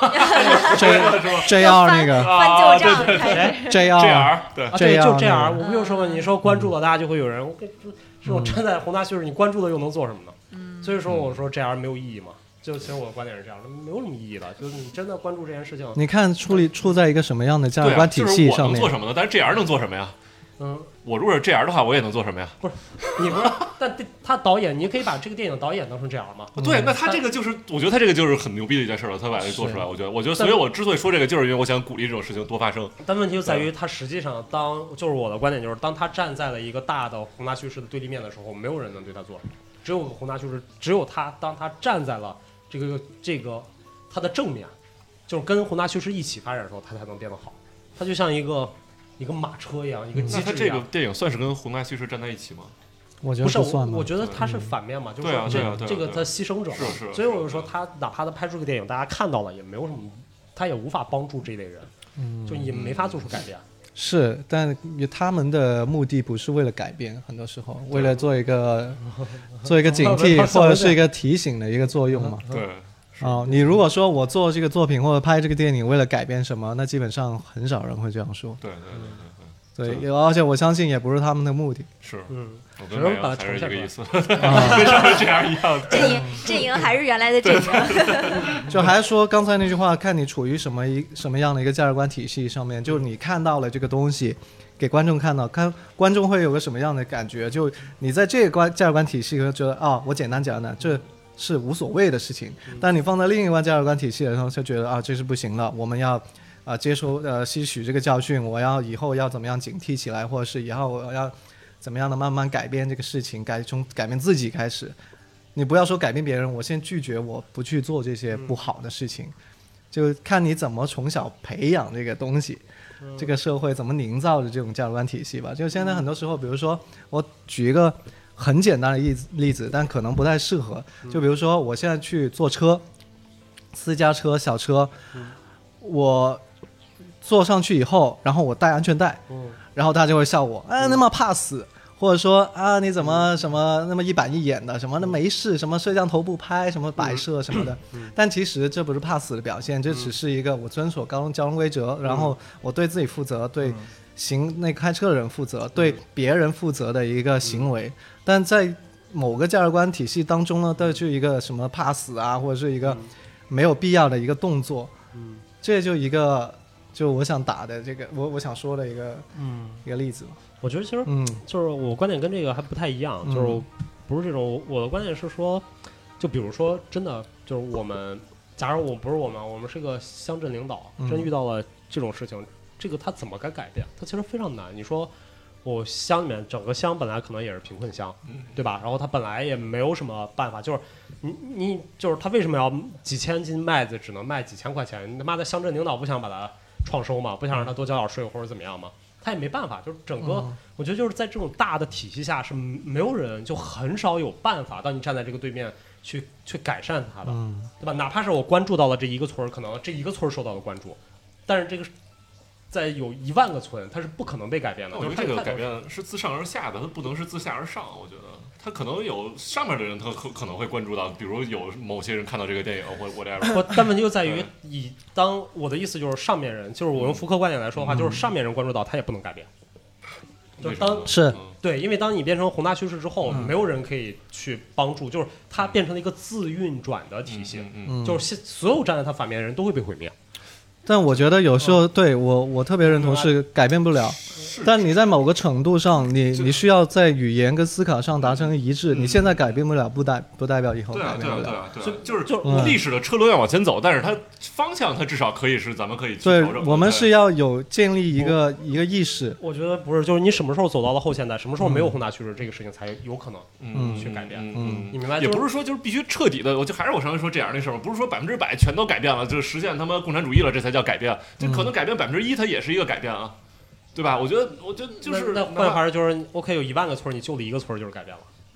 ？J R 那个翻旧账 ，J R 对对，就 J R， 我不就说嘛，你说关注了，大家就会有人，我这种站在宏大叙事，你关注了又能做什么呢？嗯，所以说我说 J R 没有意义嘛。就其实我的观点是这样的，没有什么意义的。就是你真的关注这件事情， 你看处理处在一个什么样的价值观体系上面？ 我能做什么呢？但是 J R 能做什么呀？ 嗯， 我如果是 J R 的话，我也能做什么呀？ 不是，你不是，但他导演，你可以把这个电影导演当成 J R 吗？ 对，那他这个就是，我觉得他这个就是很牛逼的一件事了，他把这个做出来，我觉得，我觉得，所以我之所以说这个，就是因为我想鼓励这种事情多发生。 但问题就在于，他实际上当就是我的观点就是，当他站在了一个大的宏大叙事的对立面的时候，没有人能对他做，只有宏大叙事，只有他，当他站在了这个这个他的正面，就是跟宏大叙事一起发展的时候，他才能变得好。他就像一个。一个马车一样，一个机制一样。 那他这个电影算是跟宏大叙事站在一起吗？ 我觉得不算我, 我觉得他是反面嘛， 嗯、 就是这、 啊啊、 这个他牺牲者嘛。 是是。 所以我就说他哪怕他拍出个电影，大家看到了也没有什么，他也无法帮助这类人，嗯、就也没法做出改变。 是，但他们的目的不是为了改变，很多时候为了做一个做一个警惕或者是一个提醒的一个作用嘛。 对。 哦，你如果说我做这个作品或者拍这个电影为了改变什么，那基本上很少人会这样说。 对对对对。 对，而且我相信也不是他们的目的。 是， 嗯， 我跟美阳还是一个意思，跟这样一样的。阵营阵营还是原来的阵营。 就还是说刚才那句话，看你处于什么一什么样的一个价值观体系上面，就是你看到了这个东西，给观众看到，看观众会有个什么样的感觉？就你在这个观价值观体系，觉得啊、哦，我简单讲讲，这是无所谓的事情。但你放在另一个价值观体系的时候，就觉得啊，这是不行了，我们要。啊、呃，接受呃吸取这个教训，我要以后要怎么样警惕起来，或者是以后我要怎么样的慢慢改变这个事情，改从改变自己开始。你不要说改变别人，我先拒绝，我不去做这些不好的事情，嗯、就看你怎么从小培养这个东西，嗯、这个社会怎么营造的这种价值观体系吧。就现在很多时候，比如说我举一个很简单的例子，例子，但可能不太适合。就比如说我现在去坐车，私家车、小车，嗯、我。坐上去以后，然后我戴安全带，嗯、然后大家就会笑我，啊，那么怕死，或者说啊，你怎么什么那么一板一眼的，什么的没事，什么摄像头不拍，什么摆设什么的。嗯、但其实这不是怕死的表现，这只是一个我遵守交通交通规则，嗯、然后我对自己负责，对行那开车的人负责，嗯、对别人负责的一个行为。嗯、但在某个价值观体系当中呢，这就一个什么怕死啊，或者是一个没有必要的一个动作。嗯，这就一个。就我想打的这个，我我想说的一个，嗯，一个例子。 我觉得其实，嗯，就是我观点跟这个还不太一样，嗯、就是不是这种。我的观点是说，就比如说，真的就是我们，假如我不是我们，我们是个乡镇领导，真遇到了这种事情，嗯、这个他怎么该改变？他其实非常难。你说，我乡里面整个乡本来可能也是贫困乡，嗯、对吧？然后他本来也没有什么办法，就是你你就是他为什么要几千斤麦子只能卖几千块钱？你他妈的乡镇领导不想把它创收嘛，不想让他多交点税或者怎么样嘛，他也没办法，就是整个，嗯、我觉得就是在这种大的体系下是没有人，就很少有办法，当你站在这个对面去去改善他的，嗯、对吧？哪怕是我关注到了这一个村，可能这一个村受到了关注，但是这个在有一万个村，它是不可能被改变的。 我觉得这个改变是自上而下的，它不能是自下而上。我觉得他可能有上面的人，他可可能会关注到，比如有某些人看到这个电影或者 whatever。 但问题就在于，以当我的意思就是上面人，就是我用福柯观点来说的话，嗯、就是上面人关注到，他也不能改变。就是当是对，因为当你变成宏大叙事之后，嗯、没有人可以去帮助，就是它变成了一个自运转的体系，嗯嗯、就是所有站在它反面的人都会被毁灭。 但我觉得有时候对我我特别认同是改变不了，但你在某个程度上，你你需要在语言跟思考上达成一致。你现在改变不了，不代不代表以后改变不了。 对啊对啊对啊，就是就是历史的车轮要往前走，但是它方向它至少可以是咱们可以去调整。 对，我们是要有建立一个一个意识。 我觉得不是，就是你什么时候走到了后现代，什么时候没有宏大叙事，这个事情才有可能嗯去改变。嗯，你明白？ 也不是说就是必须彻底的，我就还是我上次说这样那事儿，不是说百分之百全都改变了，就实现他妈共产主义了，这才叫改变。就可能改变百分之一，它也是一个改变啊，对吧？我觉得，我觉得就是那换句话说，就是 OK， 有一万个村，你救了一个村就是改变了。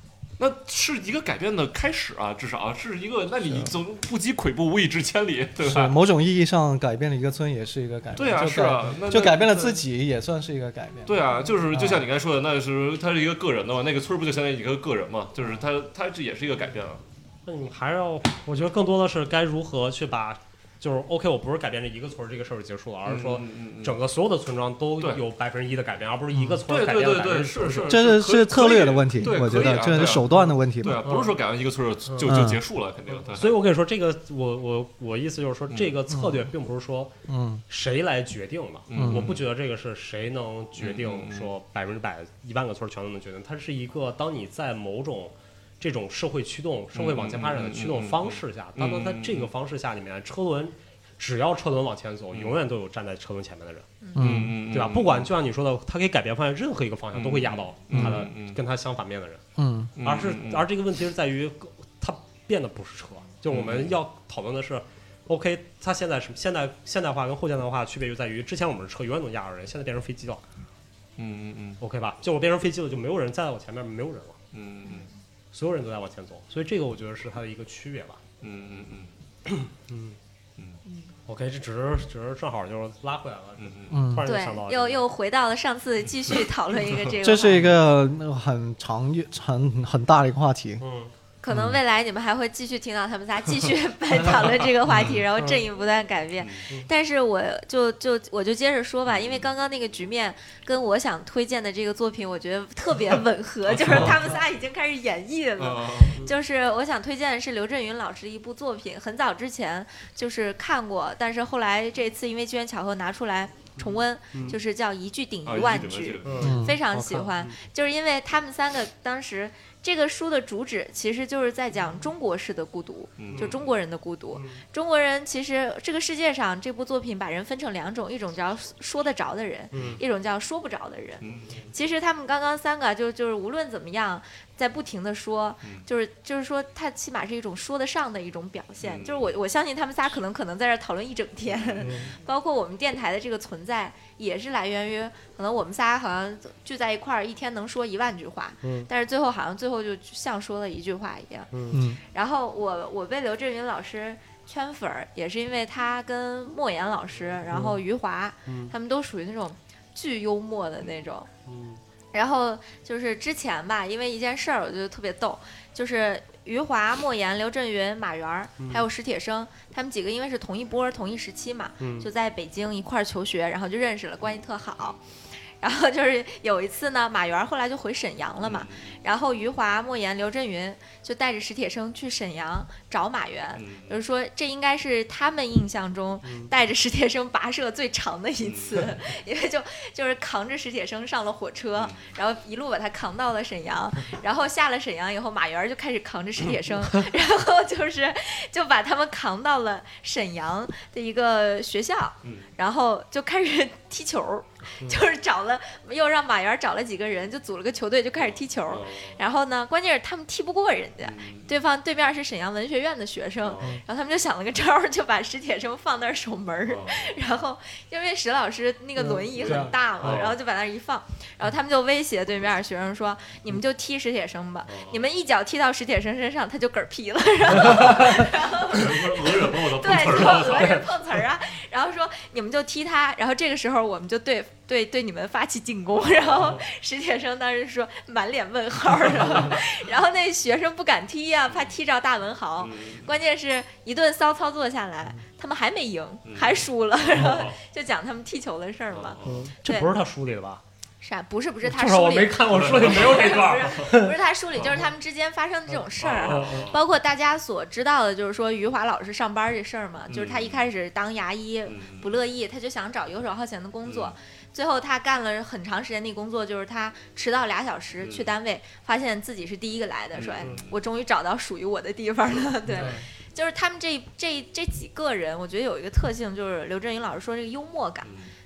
那是一个改变的开始啊，至少啊是一个，那你总不积跬步无以至千里，对吧？ 是某种意义上改变了一个村，也是一个改变。 对啊，是啊，那就改变了自己，也算是一个改变。 对啊，就是就像你刚才说的，那是他是一个个人的嘛，那个村不就相当于一个个人嘛，就是他他这也是一个改变啊。 那你还要，我觉得更多的是该如何去把。就是 OK， 我不是改变这一个村这个事儿就结束了，而是说整个所有的村庄都有百分之一的改变，而不是一个村改变了百分之是是， 这是是策略的问题，我觉得这是手段的问题嘛。 对啊，不是说改完一个村就就结束了，肯定。 所以我跟你说，这个我我我意思就是说，这个策略并不是说嗯谁来决定的，我不觉得这个是谁能决定说百分之百一万个村全都能决定，它是一个当你在某种。这种社会驱动、社会往前发展的驱动方式下，当然在这个方式下里面，车轮只要车轮往前走，永远都有站在车轮前面的人， 嗯， 对吧？不管就像你说的，它可以改变方向，任何一个方向都会压到它的跟它相反面的人， 嗯， 而是而这个问题是在于，它变的不是车，就我们要讨论的是 ，OK， 它现在是现代现代化跟后现代化区别就在于，之前我们的车永远能压着人，现在变成飞机了， 嗯嗯嗯 ，OK 吧？就我变成飞机了，就没有人站在我前面，没有人了， 嗯嗯。 所有人都在往前走，所以这个我觉得是它的一个区别吧。 嗯嗯嗯嗯嗯 OK， 这只是只是正好就是拉回来了。 嗯嗯， 突然就想到了， 对，又又回到了上次继续讨论一个这个。 这是一个很长很很大的一个话题。 嗯。 可能未来你们还会继续听到他们仨继续来讨论这个话题，然后阵营不断改变。但是我就就我就接着说吧，因为刚刚那个局面跟我想推荐的这个作品，我觉得特别吻合，就是他们仨已经开始演绎了。就是我想推荐的是刘震云老师的一部作品，很早之前就是看过，但是后来这次因为机缘巧合拿出来重温，就是叫一句顶一万句，非常喜欢，就是因为他们三个当时。这个书的主旨其实就是在讲中国式的孤独，就中国人的孤独。中国人其实这个世界上，这部作品把人分成两种，一种叫说得着的人，一种叫说不着的人。其实他们刚刚三个就就是无论怎么样，在不停的说，就是就是说，它起码是一种说得上的一种表现。就是我我相信他们仨可能可能在这讨论一整天，包括我们电台的这个存在，也是来源于可能我们仨好像聚在一块儿，一天能说一万句话，但是最后好像最后就像说了一句话一样。 嗯， 然后我我被刘震云老师圈粉儿，也是因为他跟莫言老师，然后余华，他们都属于那种巨幽默的那种。嗯。然后就是之前吧，因为一件事儿，我觉得特别逗，就是余华、莫言、刘震云、马原还有史铁生，他们几个因为是同一波、同一时期嘛，就在北京一块儿求学，然后就认识了，关系特好。然后就是有一次呢，马原后来就回沈阳了嘛，然后余华、莫言、刘震云就带着史铁生去沈阳找马原，就是说这应该是他们印象中带着史铁生跋涉最长的一次，因为就就是扛着史铁生上了火车，然后一路把他扛到了沈阳，然后下了沈阳以后，马原就开始扛着史铁生，然后就是就把他们扛到了沈阳的一个学校，然后就开始踢球。就是找了，又让马原找了几个人，就组了个球队，就开始踢球。然后呢，关键是他们踢不过人家，对方对面是沈阳文学院的学生，然后他们就想了个招儿，就把史铁生放那儿守门儿。然后因为史老师那个轮椅很大嘛，然后就把那儿一放，然后他们就威胁对面学生说：“你们就踢史铁生吧，你们一脚踢到史铁生身上，他就嗝屁了。”然后，然后对，就讹人碰瓷儿啊，然后说你们就踢他，然后这个时候我们就对。对对，你们发起进攻，然后史铁生当时说满脸问号，然后然后那学生不敢踢呀、啊，怕踢着大文豪。关键是一顿骚操作下来，他们还没赢，还输了，然后就讲他们踢球的事儿嘛。 嗯，这不是他书里的吧？ 是啊，不是不是他书里，我没看，我书里没有这段。 不是不是他书里，就是他们之间发生的这种事儿啊，包括大家所知道的，就是说余华老师上班这事儿嘛，就是他一开始当牙医不乐意，他就想找游手好闲的工作。最后他干了很长时间的工作，就是他迟到俩小时去单位，发现自己是第一个来的，说哎，我终于找到属于我的地方了。对，就是他们这这这几个人，我觉得有一个特性，就是刘震云老师说这个幽默感。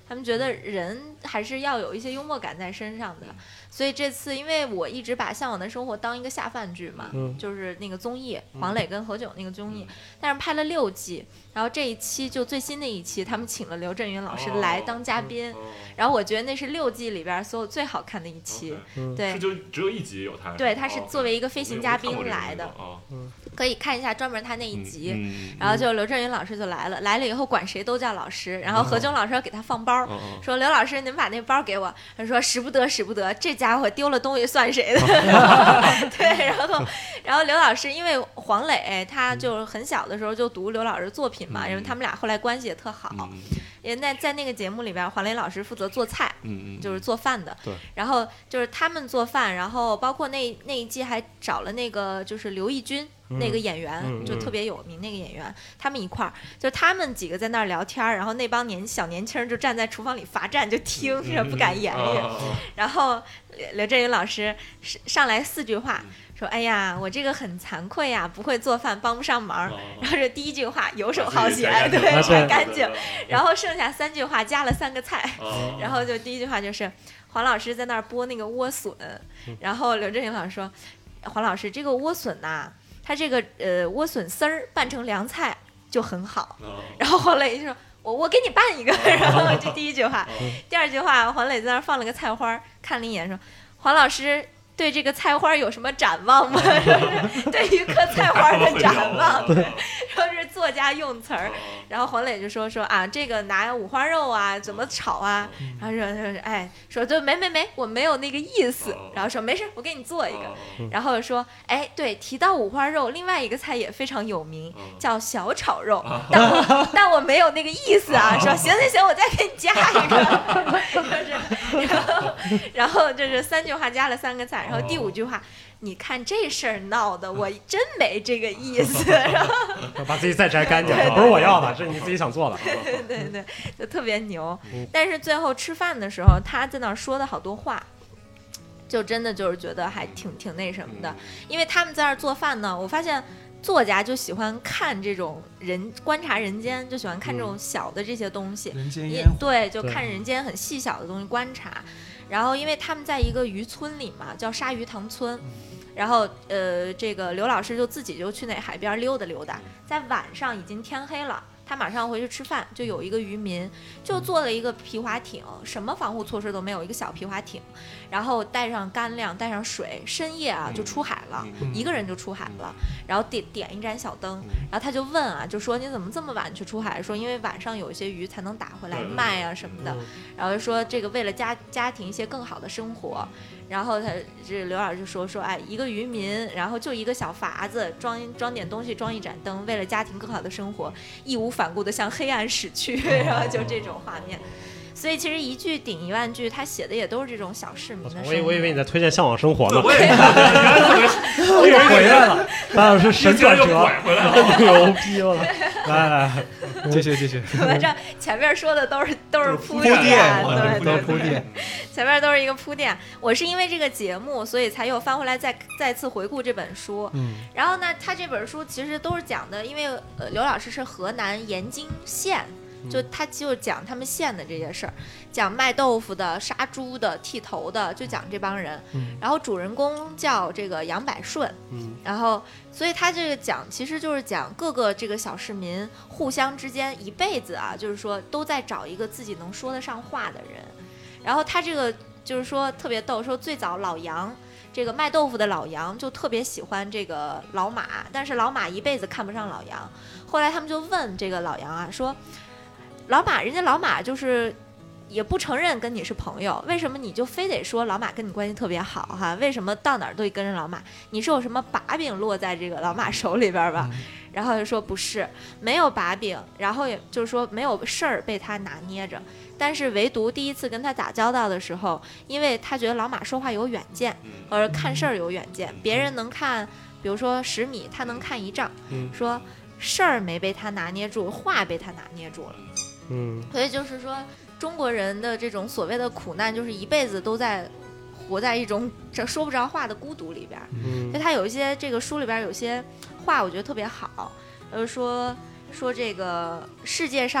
他们觉得人还是要有一些幽默感在身上的。所以这次因为我一直把《向往的生活》当一个下饭剧嘛， 嗯、 就是那个综艺黄磊跟何炅那个综艺，但是拍了六季，然后这一期就最新的一期他们请了刘震云老师来当嘉宾、哦、然后我觉得那是六季里边所有最好看的一期、 嗯、 对， 是就只有一集有他， 对，他是作为一个飞行嘉宾来的、 哦、 可以看一下专门他那一集、 嗯嗯、 然后就刘震云老师就来了，来了以后管谁都叫老师，然后何炅老师要给他放包、 哦、 说刘老师您把那包给我，他说使不得使不得，这家伙丢了东西算谁的对，然后然后刘老师因为黄磊他就很小的时候就读刘老师作品嘛、嗯、因为他们俩后来关系也特好、嗯、也那在那个节目里边黄磊老师负责做菜、 嗯、 就是做饭的， 对， 然后就是他们做饭，然后包括那那一季还找了那个就是刘奕君那个演员、 嗯、 就特别有名那个演员、嗯、他们一块儿就他们几个在那儿聊天，然后那帮年小年轻就站在厨房里罚站就听着、嗯、不敢言语、嗯、然后刘震云老师上来四句话说哎呀我这个很惭愧呀，不会做饭帮不上忙、哦、然后这第一句话游手好闲，对，全干净，然后剩下三句话加了三个菜、哦、然后就第一句话就是黄老师在那儿剥那个莴笋、嗯、然后刘震云老师说黄老师这个莴笋呐、啊它这个呃莴笋丝儿拌成凉菜就很好、哦、然后黄磊就说我我给你拌一个，然后这第一句话、哦、第二句话黄磊在那儿放了个菜花看了一眼说黄老师对这个菜花有什么展望吗？对于棵菜花的展望，对，说是作家用词儿。然后黄磊就说说啊，这个拿五花肉啊，怎么炒啊？然后说说哎，说就没没没，我没有那个意思。然后说没事，我给你做一个。然后说哎，对，提到五花肉，另外一个菜也非常有名，叫小炒肉，但我但我没有那个意思啊。说行行行，我再给你加一个。就是然后然后就是三句话加了三个菜。然后第五句话，你看这事儿闹的，我真没这个意思。然后把自己再摘干净，不是我要的，这是你自己想做的。 对对对，就特别牛。但是最后吃饭的时候，他在那儿说的好多话，就真的就是觉得还挺挺那什么的。因为他们在那儿做饭呢，我发现作家就喜欢看这种人观察人间，就喜欢看这种小的这些东西。 人间烟火。 对，就看人间很细小的东西观察。然后因为他们在一个渔村里嘛，叫鲨鱼塘村，然后呃，这个刘老师就自己就去那海边溜达溜达，在晚上已经天黑了，他马上回去吃饭，就有一个渔民就做了一个皮划艇，什么防护措施都没有，一个小皮划艇，然后带上干粮带上水，深夜啊就出海了，一个人就出海了，然后点点一盏小灯，然后他就问啊，就说你怎么这么晚去出海？说因为晚上有一些鱼才能打回来卖啊什么的，然后就说这个为了家家庭一些更好的生活。然后他这刘老师就说说哎，一个渔民，然后就一个小筏子，装装点东西，装一盏灯，为了家庭更好的生活，义无反顾地向黑暗驶去，然后就这种画面。所以其实一句顶一万句，他写的也都是这种小市民的生活。 我以我以为你在推荐《向往生活》呢。 我也我以为回来了，白老师神转折，牛逼了！来来，继续继续。 我这前面说的都是都是铺垫， 对对铺垫， 前面都是一个铺垫。我是因为这个节目，所以才又翻回来再再次回顾这本书。 嗯， 然后呢，他这本书其实都是讲的，因为呃刘老师是河南延津县。就他就讲他们县的这些事儿，讲卖豆腐的、杀猪的、剃头的，就讲这帮人。 嗯、 然后主人公叫这个杨百顺， 嗯、 然后所以他这个讲其实就是讲各个这个小市民互相之间一辈子啊，就是说都在找一个自己能说得上话的人。然后他这个就是说特别逗，说最早老杨。这个卖豆腐的老杨就特别喜欢这个老马，但是老马一辈子看不上老杨。后来他们就问这个老杨啊，说老马，人家老马就是也不承认跟你是朋友，为什么你就非得说老马跟你关系特别好哈？为什么到哪儿都得跟着老马？你是有什么把柄落在这个老马手里边吧？嗯、然后就说不是，没有把柄，然后也就是说没有事儿被他拿捏着。但是唯独第一次跟他打交道的时候，因为他觉得老马说话有远见，或者看事儿有远见，别人能看，比如说十米，他能看一丈， 嗯、 说事儿没被他拿捏住，话被他拿捏住了。 嗯， 所以就是说，中国人的这种所谓的苦难，就是一辈子都在活在一种这说不着话的孤独里边。 嗯， 所以他有一些这个书里边有些话，我觉得特别好，呃，说说这个世界上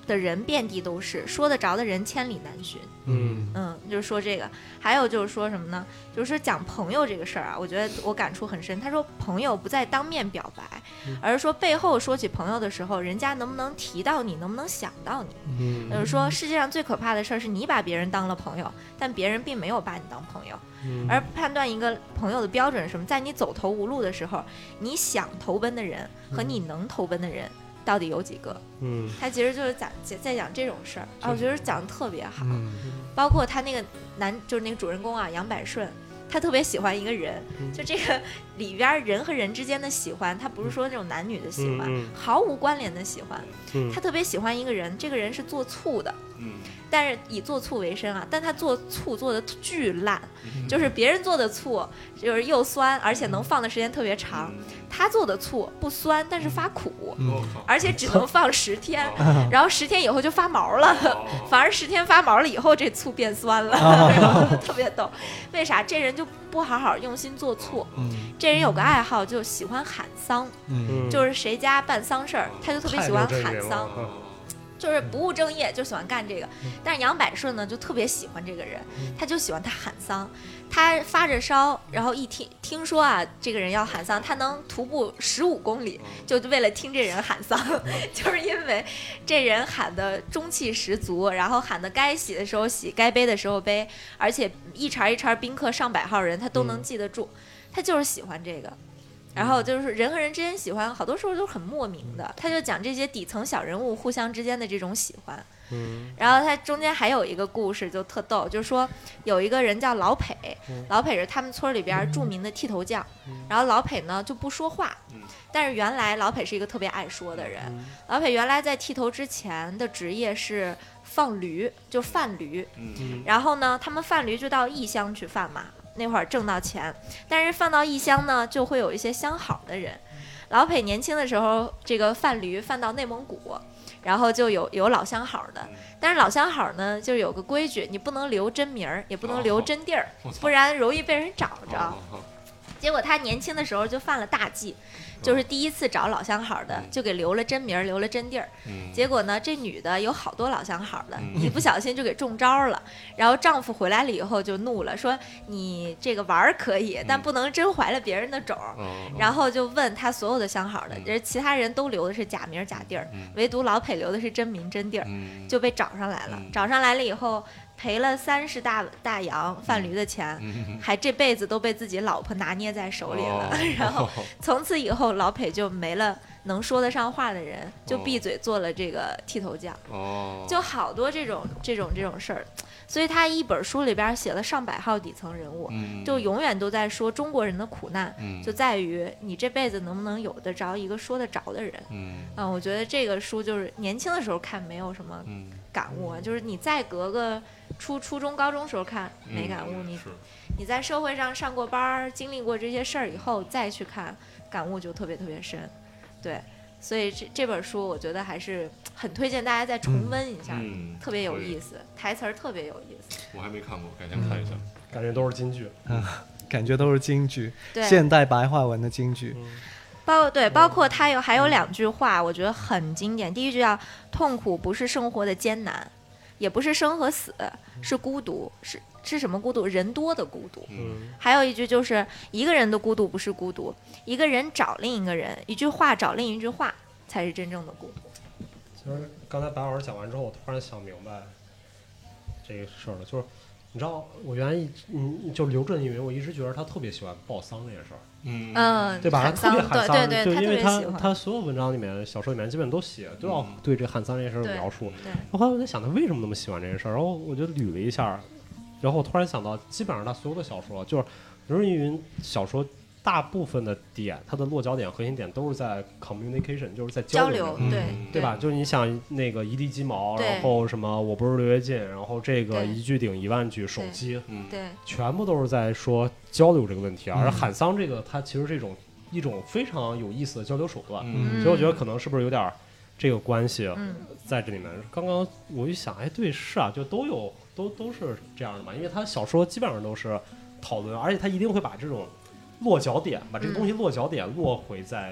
的人遍地都是，说得着的人千里难寻。 嗯嗯，就是说这个，还有就是说什么呢？就是说讲朋友这个事儿啊，我觉得我感触很深。他说朋友不在当面表白，而是说背后说起朋友的时候，人家能不能提到你，能不能想到你。 嗯， 就是说世界上最可怕的事儿是你把别人当了朋友，但别人并没有把你当朋友。而判断一个朋友的标准是什么？在你走投无路的时候，你想投奔的人和你能投奔的人到底有几个？ 嗯， 他其实就是讲在讲这种事儿啊，我觉得讲的特别好。 嗯包括他那个男，就是那个主人公啊，杨百顺，他特别喜欢一个人，就这个里边人和人之间的喜欢，他不是说那种男女的喜欢， 嗯嗯毫无关联的喜欢。 嗯他特别喜欢一个人，这个人是做醋的， 嗯但是以做醋为生啊，但他做醋做的巨烂， 嗯就是别人做的醋就是又酸，而且能放的时间特别长，他做的醋不酸，但是发苦， 我靠而且只能放十天， 哦然后十天以后就发毛了， 哦反而十天发毛了以后这醋变酸了，然后特别逗。为啥？这人就不好好用心做醋， 嗯这人有个爱好就喜欢喊丧， 嗯就是谁家办丧事儿，他就特别喜欢喊丧。 嗯就是不务正业，就喜欢干这个。但是杨百顺呢，就特别喜欢这个人，他就喜欢他喊丧。他发着烧，然后一听听说啊，这个人要喊丧，他能徒步十五公里，就为了听这人喊丧，就是因为这人喊的中气十足，然后喊的该洗的时候洗，该背的时候背，而且一茬一茬宾客上百号人，他都能记得住。他就是喜欢这个。然后就是人和人之间喜欢，好多时候都很莫名的。他就讲这些底层小人物互相之间的这种喜欢。 嗯， 然后他中间还有一个故事就特逗，就是说有一个人叫老裴，老裴是他们村里边著名的剃头匠。然后老裴呢就不说话，但是原来老裴是一个特别爱说的人。老裴原来在剃头之前的职业是放驴，就贩驴。然后呢，他们贩驴就到异乡去贩马。那会儿挣到钱，但是放到异乡呢，就会有一些相好的人。老裴年轻的时候，这个贩驴贩到内蒙古，然后就有有老相好的，但是老相好呢，就有个规矩，你不能留真名儿，也不能留真地儿，不然容易被人找着。结果他年轻的时候就犯了大忌，就是第一次找老相好的就给留了真名，留了真地儿。结果呢，这女的有好多老相好的，一不小心就给中招了。然后丈夫回来了以后就怒了，说你这个玩儿可以，但不能真怀了别人的种。然后就问他所有的相好的，人其他人都留的是假名假地儿，唯独老裴留的是真名真地儿，就被找上来了。找上来了以后，赔了三十大大洋贩驴的钱，还这辈子都被自己老婆拿捏在手里了。然后从此以后，老裴就没了能说得上话的人，就闭嘴做了这个剃头匠。就好多这种这种这种事儿。所以他一本书里边写了上百号底层人物，就永远都在说中国人的苦难，就在于你这辈子能不能有得着一个说得着的人。嗯，我觉得这个书就是年轻的时候看没有什么感悟啊，就是你再隔个初初中高中时候看没感悟，你你在社会上上过班，经历过这些事儿以后再去看，感悟就特别特别深。对，所以这这本书我觉得还是很推荐大家再重温一下， 嗯、 特别有意思，台词儿特别有意思。 我还没看过，改天看一下。 嗯、感觉都是金句， 嗯，感觉都是金句， 对， 现代白话文的金句。 嗯、 包对，包括他有还有两句话，我觉得很经典。第一句叫“痛苦不是生活的艰难，也不是生和死，是孤独，是是什么孤独？人多的孤独。 嗯， 还有一句就是一个人的孤独不是孤独，一个人找另一个人，一句话找另一句话才是真正的孤独。 其实刚才白老师讲完之后，我突然想明白这个事儿了，就是你知道，我原来一嗯，就刘震云，我一直觉得他特别喜欢报丧这件事儿。 嗯嗯， 对吧？他特别喊丧， 对对对， 就因为他他他所有文章里面、小说里面基本都写，都要对这喊丧这件事儿描述。 对。 后来我在想，他为什么那么喜欢这件事儿？然后我就捋了一下，然后我突然想到，基本上他所有的小说，就是刘震云小说大部分的点，它的落脚点、核心点都是在 communication， 就是在交流， 流对对吧？就是你想那个一地鸡毛，然后什么我不是刘跃进，然后这个一句顶一万句，手机， 对， 全部都是在说交流这个问题啊。而喊丧这个，它其实是一种一种非常有意思的交流手段， 嗯、 所以我觉得可能是不是有点这个关系在这里面。嗯、刚刚我一想，哎，对，是啊，就都有都都是这样的嘛，因为他小说基本上都是讨论，而且他一定会把这种落脚点，把这个东西落脚点落回在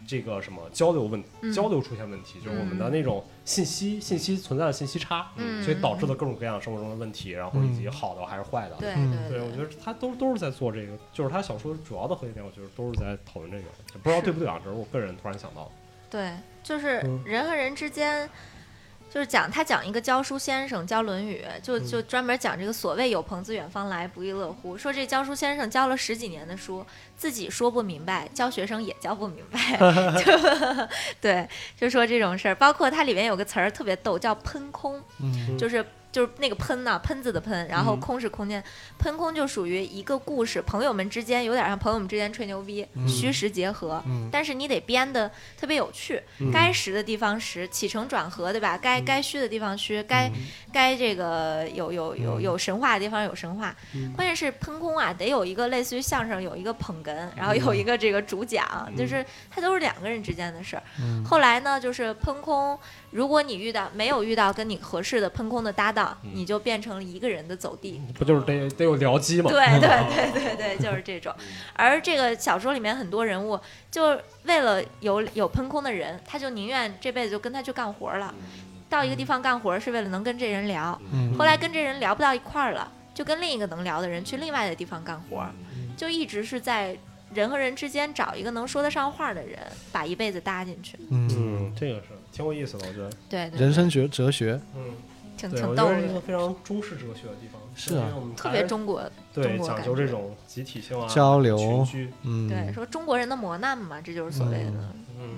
这个什么交流问、 嗯、 交流出现问题，就是我们的那种信息、嗯、信息存在的信息差， 嗯， 所以导致的各种各样生活中的问题，然后以及好的还是坏的。 对对对，我觉得他都都是在做这个，就是他小说主要的核心点，我觉得都是在讨论这个，不知道对不对啊？这是我个人突然想到的。 对，就是人和人之间。嗯就是讲他讲一个教书先生教《论语》，就就专门讲这个所谓有朋自远方来，不亦乐乎。说这教书先生教了十几年的书，自己说不明白，教学生也教不明白。就对，就说这种事儿。包括它里面有个词儿特别逗，叫喷空， 嗯、 就是。就是那个喷呢、啊，喷子的喷，然后空是空间，嗯、喷空就属于一个故事，朋友们之间有点像朋友们之间吹牛逼，嗯、虚实结合，嗯、但是你得编的特别有趣，嗯、该实的地方实，起承转合，对吧？该、嗯、该虚的地方虚，该、嗯、该这个有有有有神话的地方有神话，嗯、关键是喷空啊，得有一个类似于相声有一个捧哏，然后有一个这个主讲，嗯、就是它都是两个人之间的事儿。嗯、后来呢，就是喷空。如果你遇到没有遇到跟你合适的喷空的搭档，嗯、你就变成了一个人的走地， 不就是得得有僚机吗？ 对对对对对，就是这种。而这个小说里面很多人物，就为了有有喷空的人，他就宁愿这辈子就跟他去干活了。到一个地方干活是为了能跟这人聊，嗯、后来跟这人聊不到一块儿了，就跟另一个能聊的人去另外的地方干活，就一直是在。人和人之间找一个能说得上话的人，把一辈子搭进去。 嗯，这个是挺有意思的，我觉得。 对， 对， 对，人生哲哲学， 嗯， 挺挺逗的， 一个非常中式哲学的地方。 是啊， 特别中国， 对，讲究这种集体性啊， 交流， 群居。 嗯， 对，说中国人的磨难嘛，这就是所谓的。 嗯。嗯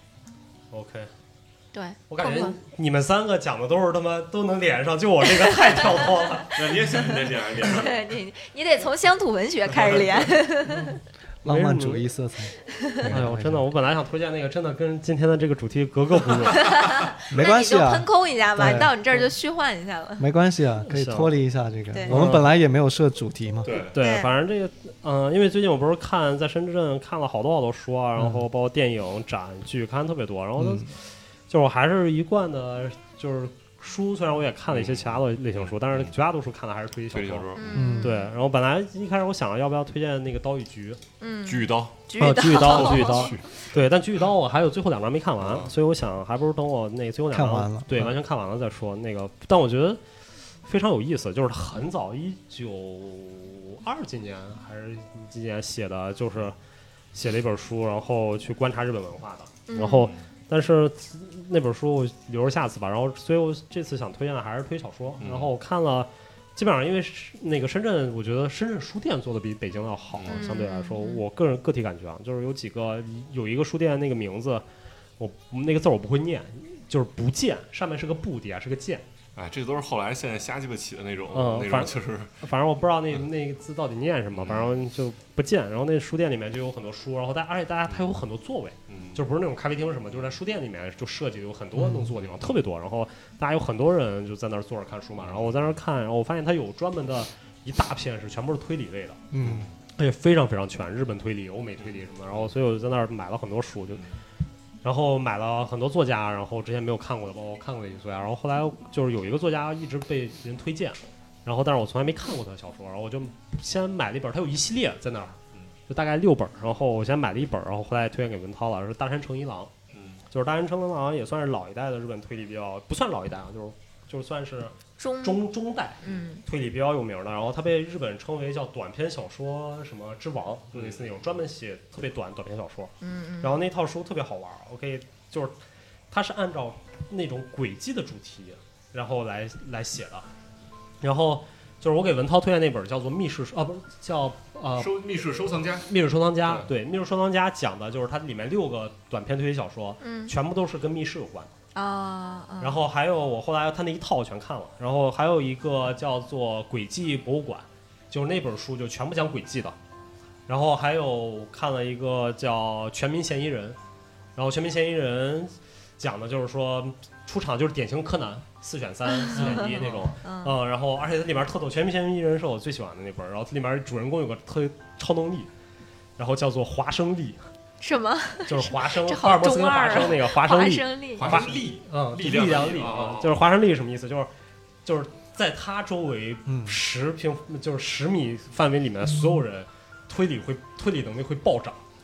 OK。 对， 我感觉你们三个讲的都是他妈都能连上，就我这个太跳脱了。 那你也想你得连一连。 对，你你得从乡土文学开始连。 浪漫主义色彩。 哎呦，真的，我本来想推荐那个，真的跟今天的这个主题格格不入。 没关系啊， 那你就喷空一下吧，你到你这儿就虚幻一下了。 没关系啊，可以脱离一下这个。我们本来也没有设主题嘛。 对对，反正这个，嗯、呃，因为最近我不是看在深圳看了好多好多书啊，然后包括电影、展、剧看特别多，然后。嗯就是我还是一贯的，就是书，虽然我也看了一些其他的类型书，但是绝大多数看的还是推理小说。 嗯， 对。然后本来一开始我想着要不要推荐那个《刀与局》， 嗯， 菊与刀， 菊与刀， 菊与刀，菊与刀。对，但菊与刀我还有最后两章没看完，所以我想还不如等我那最后两章看完了， 对，完全看完了再说。那个，但我觉得非常有意思，就是很早，一九二几年还是几年写的，就是写了一本书，然后去观察日本文化的，然后。但是那本书我留着下次吧，然后所以我这次想推荐的还是推小说。然后我看了，基本上因为那个深圳，我觉得深圳书店做的比北京要好， 嗯、 相对来说，我个人个体感觉啊，就是有几个有一个书店那个名字，我那个字我不会念，就是不见，上面是个不，底下是个见。 哎，这都是后来现在瞎鸡巴起的那种， 嗯， 那种就是反正我不知道那那个字到底念什么，反正就不见。然后那书店里面就有很多书，然后大而且大家它有很多座位，嗯，就不是那种咖啡厅什么，就是在书店里面就设计有很多能坐的地方，嗯、特别多。然后大家有很多人就在那儿坐着看书嘛。然后我在那儿看，然后我发现它有专门的一大片是全部是推理类的， 嗯， 而且非常非常全，日本推理、欧美推理什么的。然后所以我就在那儿买了很多书，就。然后买了很多作家，然后之前没有看过的，包括我看过的一些作家。然后后来就是有一个作家一直被人推荐，然后但是我从来没看过他的小说，然后我就先买了一本，他有一系列在那儿，就大概六本，然后我先买了一本，然后后来推荐给文涛了，是大山诚一郎，嗯，就是大山诚一郎也算是老一代的日本推理比较不算老一代啊，就是就算是中中中代， 嗯， 推理比较有名的，然后他被日本称为叫短篇小说什么之王，就类似那种专门写特别短短篇小说， 嗯嗯， 然后那套书特别好玩，我可以就是它是按照那种轨迹的主题，然后来来写的，然后就是我给文涛推荐那本叫做《密室》啊，不是叫呃收密室收藏家， 密室收藏家，对，密室收藏家讲的就是它里面六个短篇推理小说， 嗯， 全部都是跟密室有关的。 啊、嗯， 然后还有我后来他那一套我全看了，然后还有一个叫做《轨迹博物馆》，就是那本书就全部讲轨迹的，然后还有看了一个叫《全民嫌疑人》，然后《全民嫌疑人》讲的就是说出场就是典型柯南四选三四选一那种， 嗯， 嗯，然后而且它里面特逗，《全民嫌疑人》是我最喜欢的那本，然后它里面主人公有个特超能力，然后叫做华生力。 什么？ 就是华生，福尔摩斯跟华生那个华生力， 华生力， 嗯， 力量力啊， 就是华生力什么意思？就是就是在他周围十平，就是十米范围里面的所有人推理会推理能力会暴涨，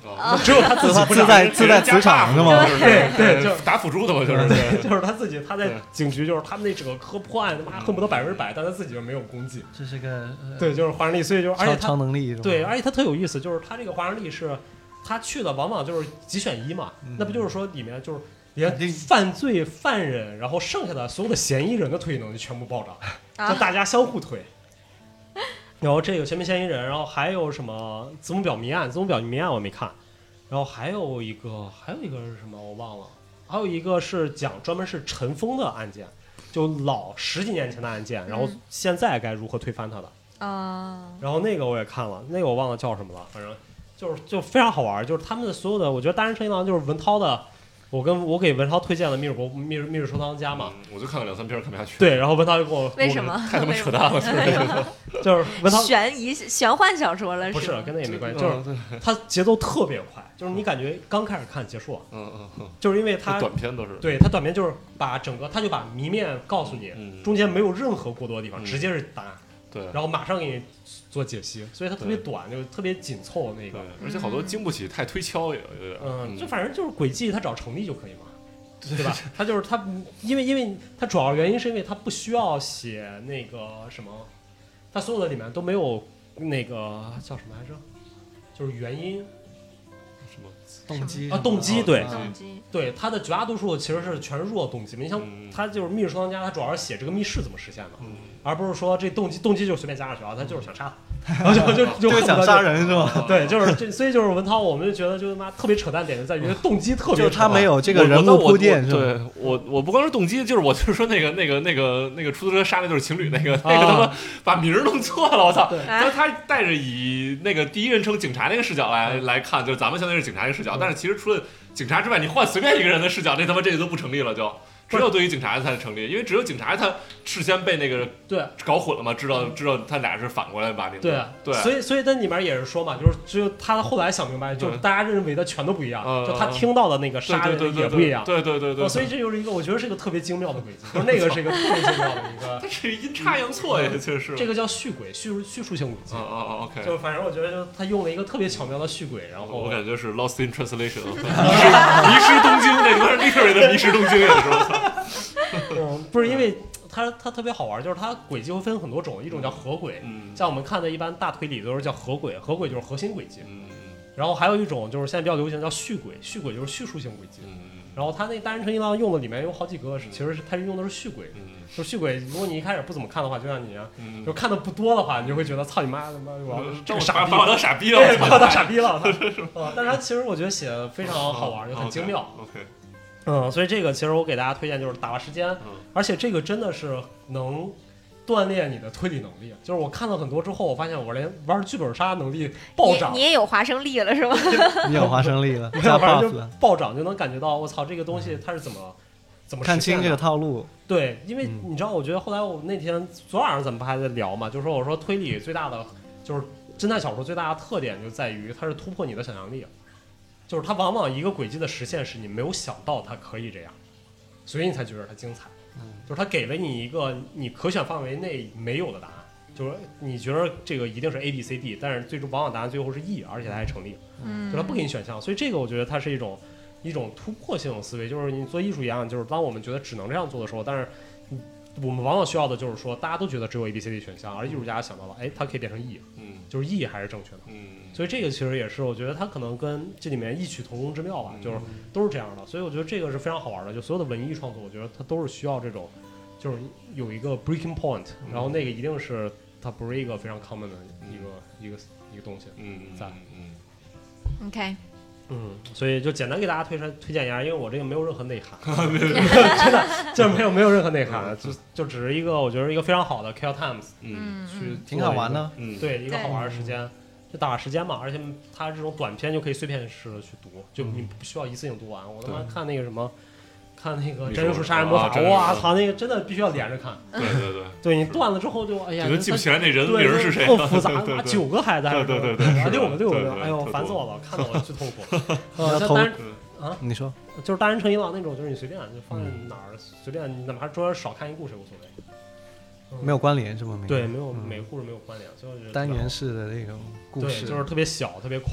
哦， 只有他自己不自带自带磁场是吗？ 对对，就是打辅助的嘛，就是对，就是他自己，他在警局就是他们那整个科破案，他妈恨不得百分之百，但他自己就没有功绩。 这是个对，就是华生力，所以就是而且他超能力对，而且他特有意思，就是他这个华生力是他去的往往就是几选一嘛， 嗯、 那不就是说里面就是连犯罪犯人，然后剩下的所有的嫌疑人的推理能力全部暴涨，就大家相互推。然后这个全民嫌疑人，然后还有什么子母表谜案？子母表谜案我没看，然后还有一个还有一个是什么我忘了，还有一个是讲专门是尘封的案件，就老十几年前的案件，然后现在该如何推翻它的。 啊、嗯， 然后那个我也看了，那个我忘了叫什么了，反正就是就非常好玩，就是他们的所有的，我觉得《单人成一郎》就是文涛的，我跟我给文涛推荐了《密室国密室密室收藏家》嘛、 嗯，我就看了两三篇看不下去。 对，然后文涛就跟我为什么太他妈扯淡了， 就是文涛悬疑玄幻小说了， 不是跟那也没关系，就是它节奏特别快，就是你感觉刚开始看结束了， 嗯嗯嗯， 就是因为它短片都是， 对它短片就是把整个他就把谜面告诉你， 嗯、 中间没有任何过多的地方， 嗯、 直接是答案。 对， 然后马上给你做解析，所以它特别短，就特别紧凑那个， 而且好多经不起太推敲也有点， 嗯，就反正就是轨迹，它只要成立就可以嘛，对吧？它就是它，因为因为它主要原因是因为它不需要写那个什么，它所有的里面都没有那个叫什么来着，就是原因。 什么动机啊？动机对， 动机对，它的绝大多数其实是全是弱动机嘛。你像它就是密室收藏家，它主要是写这个密室怎么实现的， 嗯、 而不是说这动机动机就随便加上去啊，他就是想杀他，然后就就就想杀人是吧？ 对，就是这，所以就是文涛，我们就觉得就是妈特别扯淡点就在于动机特别， 就是他没有这个人物铺垫，是吧？ 对我我不光是动机，就是我就是说那个那个那个那个出租车杀那对情侣那个、啊、那个他妈把名儿弄错了，我操！他他带着以那个第一人称警察那个视角来、嗯、来看，就是咱们相当于是警察那个视角，嗯、但是其实除了警察之外，你换随便一个人的视角，那他妈这个都不成立了，就只有对于警察才成立，因为只有警察他事先被那个对搞混了嘛，知道知道他俩是反过来把那个对啊对， 所以所以在里面也是说嘛，就是只有他后来想明白，就是大家认为的全都不一样， 嗯、 就他听到的那个杀人也不一样， 对对对对， 所以这就是一个我觉得是一个特别精妙的轨迹，就是那个是一个特别精妙的一个， 它是阴差阳错呀，确实这个叫续轨，叙叙述性轨迹， 哦哦 OK， 就反正我觉得就他用了一个特别巧妙的续轨，然后我感觉是 Lost in Translation， 迷失迷失东京那段 literally 的迷失东京也是。 嗯，不是因为它它特别好玩，就是它轨迹会分很多种，一种叫合轨， 嗯， 像我们看的一般大推理都是叫合轨，合轨就是核心轨迹， 嗯， 然后还有一种就是现在比较流行叫续轨，续轨就是叙述性轨迹， 嗯， 然后它那单人成一郎用的里面有好几个，其实是它是用的是续轨， 嗯， 就续轨，如果你一开始不怎么看的话，就像你， 嗯， 就看的不多的话，你就会觉得操你妈的妈，我这个傻逼， 把我当傻逼了， 对，把我当傻逼了，啊，但是它其实我觉得写的非常好玩，就很精妙 ，OK。 嗯，所以这个其实我给大家推荐就是打发时间， 嗯、 而且这个真的是能锻炼你的推理能力。就是我看了很多之后，我发现我连玩剧本杀能力暴涨。 你, 你也有华生力了是吧？ 你有华生力了， 加 buff 了，暴涨就能感觉到我操，这个东西它是怎么怎么看清这个套路。 对，因为你知道，我觉得后来我那天昨晚上咱们不还在聊嘛，就是说我说推理最大的就是侦探小说最大的特点就在于它是突破你的想象力。就是它往往一个轨迹的实现是你没有想到它可以这样，所以你才觉得它精彩。 嗯， 就是它给了你一个你可选范围内没有的答案，就是你觉得这个一定是 A B C D， 但是最终往往答案最后是 E， 而且它还成立。 嗯， 就它不给你选项，所以这个我觉得它是一种一种突破性的思维，就是你做艺术一样，就是当我们觉得只能这样做的时候，但是我们往往需要的就是说大家都觉得只有 A B C D 选项，而艺术家想到了，哎，它可以变成 E， 嗯， 就是 E 还是正确的。 嗯。 所以这个其实也是，我觉得它可能跟这里面异曲同工之妙吧，就是都是这样的。所以我觉得这个是非常好玩的。就所有的文艺创作，我觉得它都是需要这种，就是有一个 breaking point，然后那个一定是它不是一个非常 common 的一个一个一个东西。 嗯， 在嗯 ，OK， 嗯，所以就简单给大家推荐推荐一下，因为我这个没有任何内涵，真的就是没有没有任何内涵，就就只是一个我觉得一个非常好的 kill times， 嗯， 去挺好玩的， 嗯，对，一个好玩的时间。就打发时间嘛，而且它这种短片就可以碎片式的去读，就你不需要一次性读完。我他妈看那个什么，看那个《真人术杀人魔法》，哇操，那个真的必须要连着看。 对对对， 对你断了之后就哎呀， 就记不起来那人名是谁， 特复杂，九个还在， 对对对对， 六个六个，哎呦，烦死我了，看得我最痛苦。呃，像单啊， 你说， 就是单人成一郎那种，就是你随便就放在哪儿，随便你哪怕中间少看一故事也无所谓。 没有关联是吗？ 对，没有每个故事没有关联，所以我觉得单元式的那种故事， 对，就是特别小，特别快，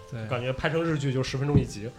对， 感觉拍成日剧就十分钟一集。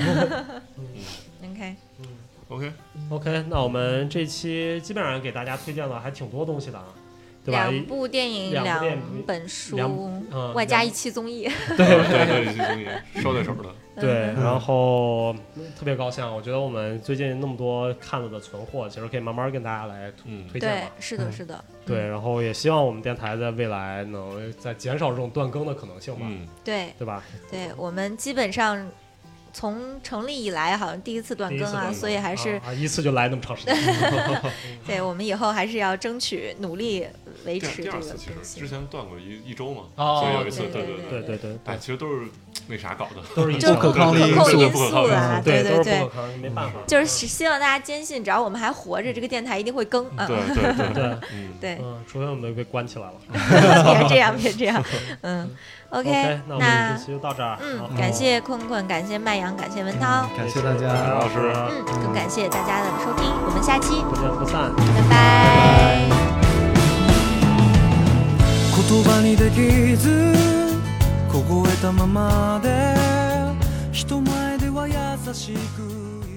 OK， 嗯 OK OK， 那我们这期基本上给大家推荐了还挺多东西的啊，对吧？ 两部电影， 两部电影本书， 两嗯外加一期综艺。 对对对，一期综艺捎带手的。 对， 嗯然后特别高兴，我觉得我们最近那么多看了的存货，其实可以慢慢跟大家来嗯对推荐嘛。， 是的，是的。 对，然后也希望我们电台在未来能在减少这种断更的可能性吧， 嗯， 对对吧？ 对，我们基本上从成立以来，好像第一次断更啊， 第一次断更所以还是啊啊一次就来那么长时间。 对我们以后还是要争取努力维第二持这个第二次其更新实之。前断过一一周嘛， 哦所以有一次， 对对对对对对哎，其实都是那啥搞的， 都是一就是起不可抗力可控因不可素啦， 对， 对对都是不可，抗力，没办法。 就是希望大家坚信，只要我们还活着，这个电台一定会更。嗯， 对对对对， 嗯， 对， 嗯，除非我们被关起来了。 别这样，别这样。嗯 OK， ，OK， 那我们那这期就到这儿。 嗯然，后感谢困困，感谢麦阳，感谢文涛， 感谢大白家。 老师， 嗯，更感谢大家的收听，我们下期不见不散。 拜拜。 言葉にできず凍えたままで人前では優しく